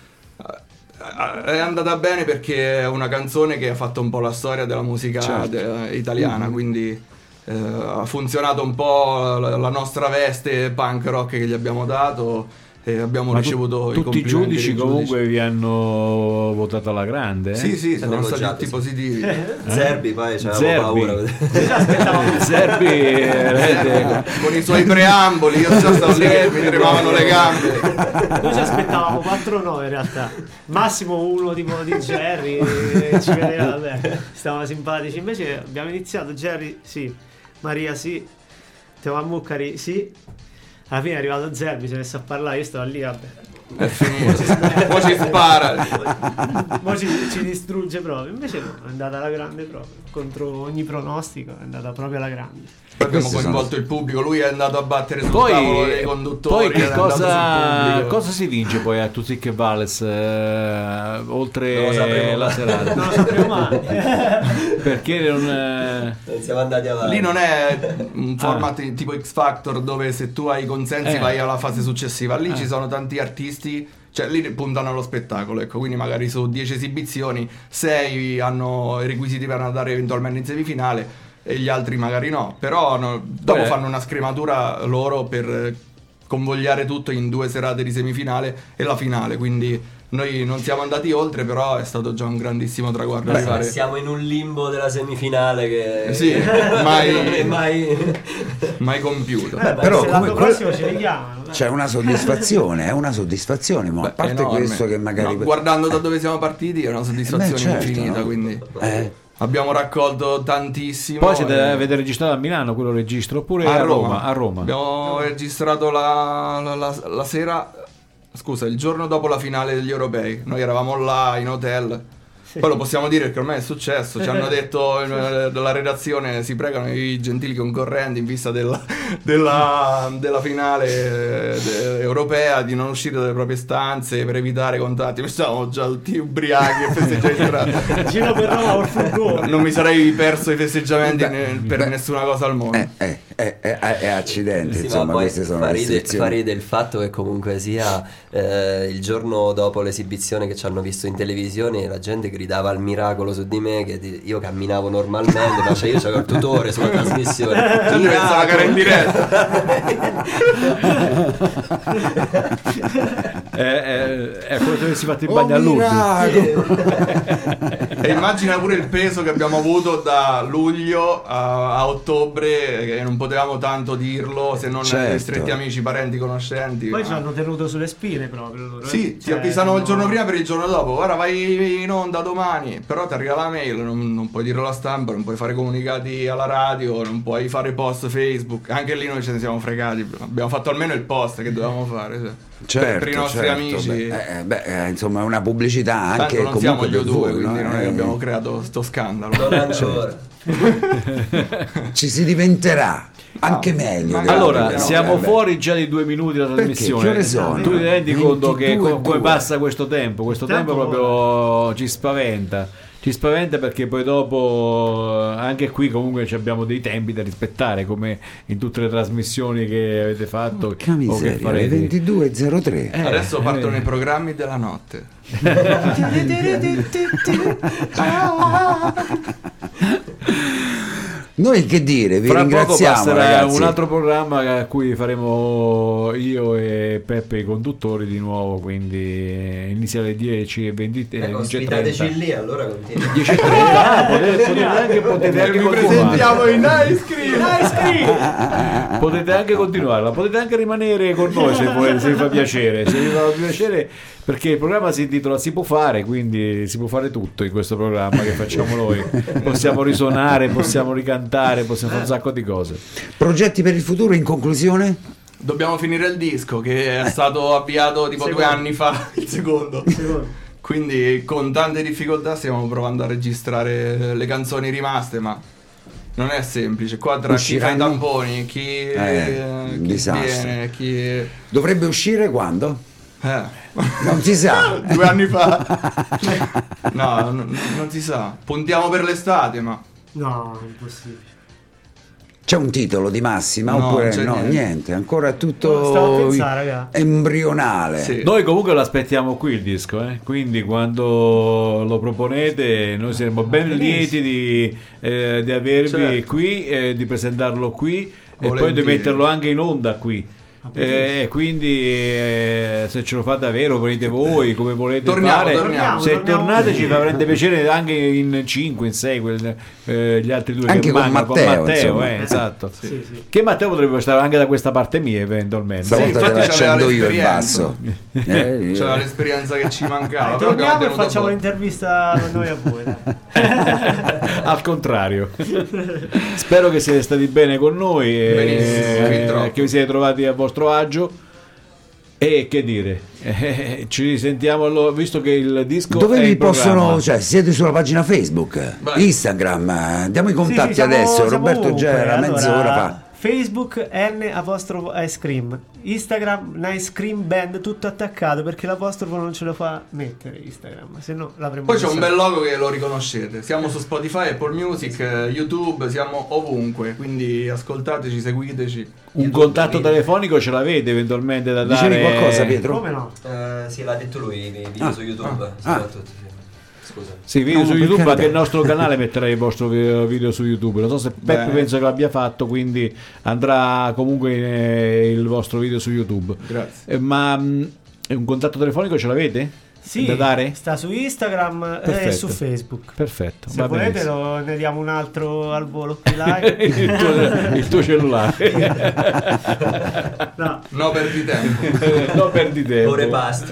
è andata bene perché è una canzone che ha fatto un po' la storia della musica certo. de- italiana, mm-hmm. quindi eh, ha funzionato un po' la, la nostra veste punk rock che gli abbiamo dato, e abbiamo Ma ricevuto tu, i tutti i giudici comunque giudici. Vi hanno votato alla grande, eh? Sì, sì, sono stati tutti positivi. eh? Zerbi poi c'aveva paura. Zerbi eh, con i suoi preamboli, io già stavo lì che mi tremavano le gambe. Noi ci aspettavamo quattro no in realtà, massimo uno tipo di Jerry, ci vedeva, vabbè, stavano simpatici. Invece abbiamo iniziato Jerry sì, Maria sì, Teo Ammuccari sì. Alla fine è arrivato Zerbi, si è messo a parlare, io stavo lì, vabbè. È finito. Poi ci spara. Poi ci, ci distrugge proprio. Invece no, è andata alla grande proprio. Contro ogni pronostico è andata proprio alla grande. Poi abbiamo coinvolto sono... il pubblico, lui è andato a battere sul poi, tavolo dei conduttori. Poi che cosa, cosa si vince poi a Tu sì che Vales eh, oltre la serata? Non lo sapremo mai. Perché non, eh... non siamo andati avanti. Lì non è un format ah. tipo X Factor dove se tu hai i consensi eh. vai alla fase successiva. Lì eh. ci sono tanti artisti, cioè lì puntano allo spettacolo, ecco, quindi magari su dieci esibizioni sei hanno i requisiti per andare eventualmente in semifinale e gli altri magari no, però no, dopo Beh. fanno una scrematura loro per convogliare tutto in due serate di semifinale e la finale, quindi noi non siamo andati oltre, però è stato già un grandissimo traguardo. Beh, arrivare. Siamo in un limbo della semifinale che sì, mai, mai... mai compiuto. Eh, però se l'anno prossimo ce li chiamano. C'è una soddisfazione, è una soddisfazione, ma Beh, a parte enorme. questo che magari... No, guardando da dove siamo partiti è una soddisfazione Beh, certo, infinita, no? quindi... Eh. Abbiamo raccolto tantissimo. Poi siete, e... avete registrato a Milano quello registro oppure a, a Roma. Roma? A Roma. Abbiamo registrato la, la, la, la sera, scusa, il giorno dopo la finale degli europei. Noi eravamo là in hotel. Poi lo possiamo dire perché ormai è successo. Ci hanno detto eh, dalla redazione si pregano i gentili concorrenti in vista della, della, della finale eh, de, europea di non uscire dalle proprie stanze per evitare contatti. Noi stavamo già tutti ubriachi e festeggiati. Giro per Roma col furgone. Non mi sarei perso i festeggiamenti beh, ne, per beh, nessuna cosa al mondo. Eh, eh, eh, eh, eh accidenti, sì, insomma, queste sono fa le ride, restrizioni. fa ride il fatto che comunque sia eh, il giorno dopo l'esibizione che ci hanno visto in televisione la gente gridava al miracolo su di me, che io camminavo normalmente, ma cioè io c'avevo il tutore sulla trasmissione. Tu pensava che era in diretta. eh, eh, è come se avessi fatto il bagno oh, a Lourdes. E immagina pure il peso che abbiamo avuto da luglio a, a ottobre, che non potevamo tanto dirlo se non certo. stretti amici, parenti, conoscenti. Poi ma... ci hanno tenuto sulle spine proprio loro. Sì, eh? ti cioè, avvisano no... il giorno prima per il giorno dopo. Guarda, vai in onda domani, però ti arriva la mail, non, non puoi dirlo alla stampa, non puoi fare comunicati alla radio, non puoi fare post Facebook. Anche lì noi ce ne siamo fregati, abbiamo fatto almeno il post che dovevamo fare, cioè. Certo, per i nostri certo, amici. Beh, eh, beh, eh, insomma, è una pubblicità anche. Tanto non comunque siamo gli O due, voi, quindi no? non è che Eh, abbiamo creato sto scandalo. Non ancora. Ci si diventerà. Anche no, meglio. Allora, no, siamo eh, fuori già di due minuti della trasmissione. Perché? Sono? Tu ti rendi conto che co- come due. passa questo tempo? Questo tempo, tempo proprio ci spaventa. Ci spaventa perché poi dopo anche qui comunque abbiamo dei tempi da rispettare, come in tutte le trasmissioni che avete fatto. Porca miseria, o che farete. ventidue e zero tre. Eh, Adesso partono eh. i programmi della notte. Noi che dire, vi Fra ringraziamo, poco passerà ragazzi. un altro programma a cui faremo io e Peppe i conduttori di nuovo, quindi inizia alle dieci e venti, Eh, dieci e ospitateci trenta. lì, allora continua. dieci e trenta, ah, potete, potete anche anche, potete anche Vi continuare. presentiamo i Nice Cream. Nice Cream! Potete anche continuarla, potete anche rimanere con noi se, volete, se vi fa piacere, se vi fa piacere, perché il programma si intitola Si può fare, quindi si può fare tutto in questo programma che facciamo noi. Possiamo risuonare, possiamo ricantare, possiamo fare un sacco di cose. Progetti per il futuro in conclusione? Dobbiamo finire il disco che è stato avviato tipo Secondo. due anni fa, il secondo. Secondo. Quindi con tante difficoltà stiamo provando a registrare le canzoni rimaste, ma non è semplice. Qua tra Usciranno? chi fa i tamponi, chi, Eh, un chi disastro. viene, chi... Dovrebbe uscire quando? Eh. Non si sa. Due anni fa. No, non, non si sa. Puntiamo per l'estate, ma... No, impossibile. C'è un titolo di massima No, oppure c'è no? niente. Niente, ancora Stavo tutto a pensare, raga. embrionale. Sì. Noi comunque lo aspettiamo qui il disco, eh? Quindi quando lo proponete noi saremo ben lieti di, eh, di avervi Certo. qui, eh, di presentarlo qui e poi di Volentieri. metterlo anche in onda qui. E quindi eh, se ce lo fate davvero venite voi come volete Torniamo, fare. torniamo. Se Torniamo tornate qui. ci farebbe piacere anche in cinque, in sei eh, gli altri due Anche che con mancano, Matteo, con Matteo insomma. eh, esatto. Sì, sì. Che Matteo potrebbe stare anche da questa parte mia eventualmente. Stavolta Sì, te la infatti c'aveva accendo io il l'esperienza. basso. Eh, io- C'era l'esperienza che ci mancava. però abbiamo Torniamo e tenuto facciamo poco. l'intervista noi a voi. dai. Al contrario. Spero che siete stati bene con noi e Benissimo, fin troppo. che vi siete trovati a vostro agio. E che dire, eh, ci risentiamo allora, visto che il disco Dove è vi in programma. possono, cioè siete sulla pagina Facebook, Beh. Instagram, eh, diamo i Sì, contatti sì, siamo- adesso, siamo Roberto ovunque. già era Allora, mezz'ora fa. Facebook N apostrofo Ice Cream, Instagram Nice Cream Band, tutto attaccato perché l'apostrofo non ce lo fa mettere Instagram, se no l'avremmo Poi c'è un messo. bel logo che lo riconoscete. Siamo su Spotify, Apple Music, eh, YouTube, siamo ovunque. Quindi ascoltateci, seguiteci. Un contatto telefonico ce l'avete eventualmente da dare? Dicevi qualcosa, Pietro? Come no? Eh, sì, l'ha detto lui, i video Ah, su YouTube, ah, soprattutto. Sì. Scusa. Sì, video No, su per YouTube, carità. anche il nostro canale metterà il vostro vi- video su YouTube. Non so se Peppe Beh. penso che l'abbia fatto, quindi andrà comunque eh, il vostro video su YouTube. Grazie. Eh, ma mh, un contatto telefonico ce l'avete? Sì, Da dare? sta su Instagram e Perfetto. su Facebook. Perfetto. Se va volete benissimo. lo- ne diamo un altro al volo qui live. il, tuo, il tuo cellulare. No, No, perdi tempo. Non perdi tempo. Ore basti.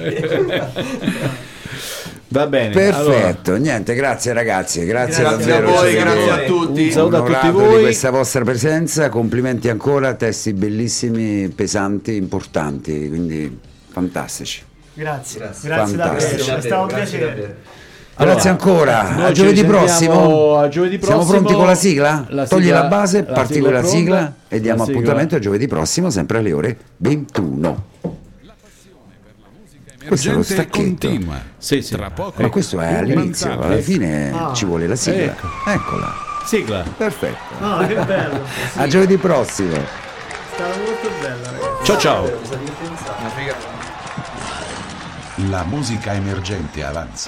Va bene. Perfetto, niente, grazie ragazzi, grazie, Grazie a davvero. voi, ci grazie siete a tutti. Un saluto a tutti onorato voi. di questa vostra presenza, complimenti ancora, testi bellissimi, pesanti, importanti, quindi fantastici. grazie, Grazie. grazie, Fantastico. davvero, è stato un Grazie piacere. davvero. Grazie ancora, noi a ci giovedì risentiamo prossimo. a giovedì Siamo prossimo. pronti con la sigla? La Togli sigla- la base, la parti sigla con la è pronta. sigla e diamo La sigla- appuntamento a giovedì prossimo, sempre alle ore ventuno. Questo è lo Emergente stacchetto. continua. Sì, sì. Tra poco. Ma questo è all'inizio, Urban alla Talent. fine Ah. ci vuole la sigla. Ecco. Eccola, Sigla. perfetto. No, che bello, A giovedì prossimo. è stata molto bella, ragazzi. Ciao ciao. Una figa. La musica emergente avanza.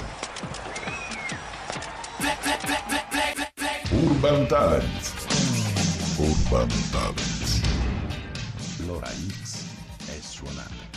Urban Talent. Urban Talent. L'ora X è suonata.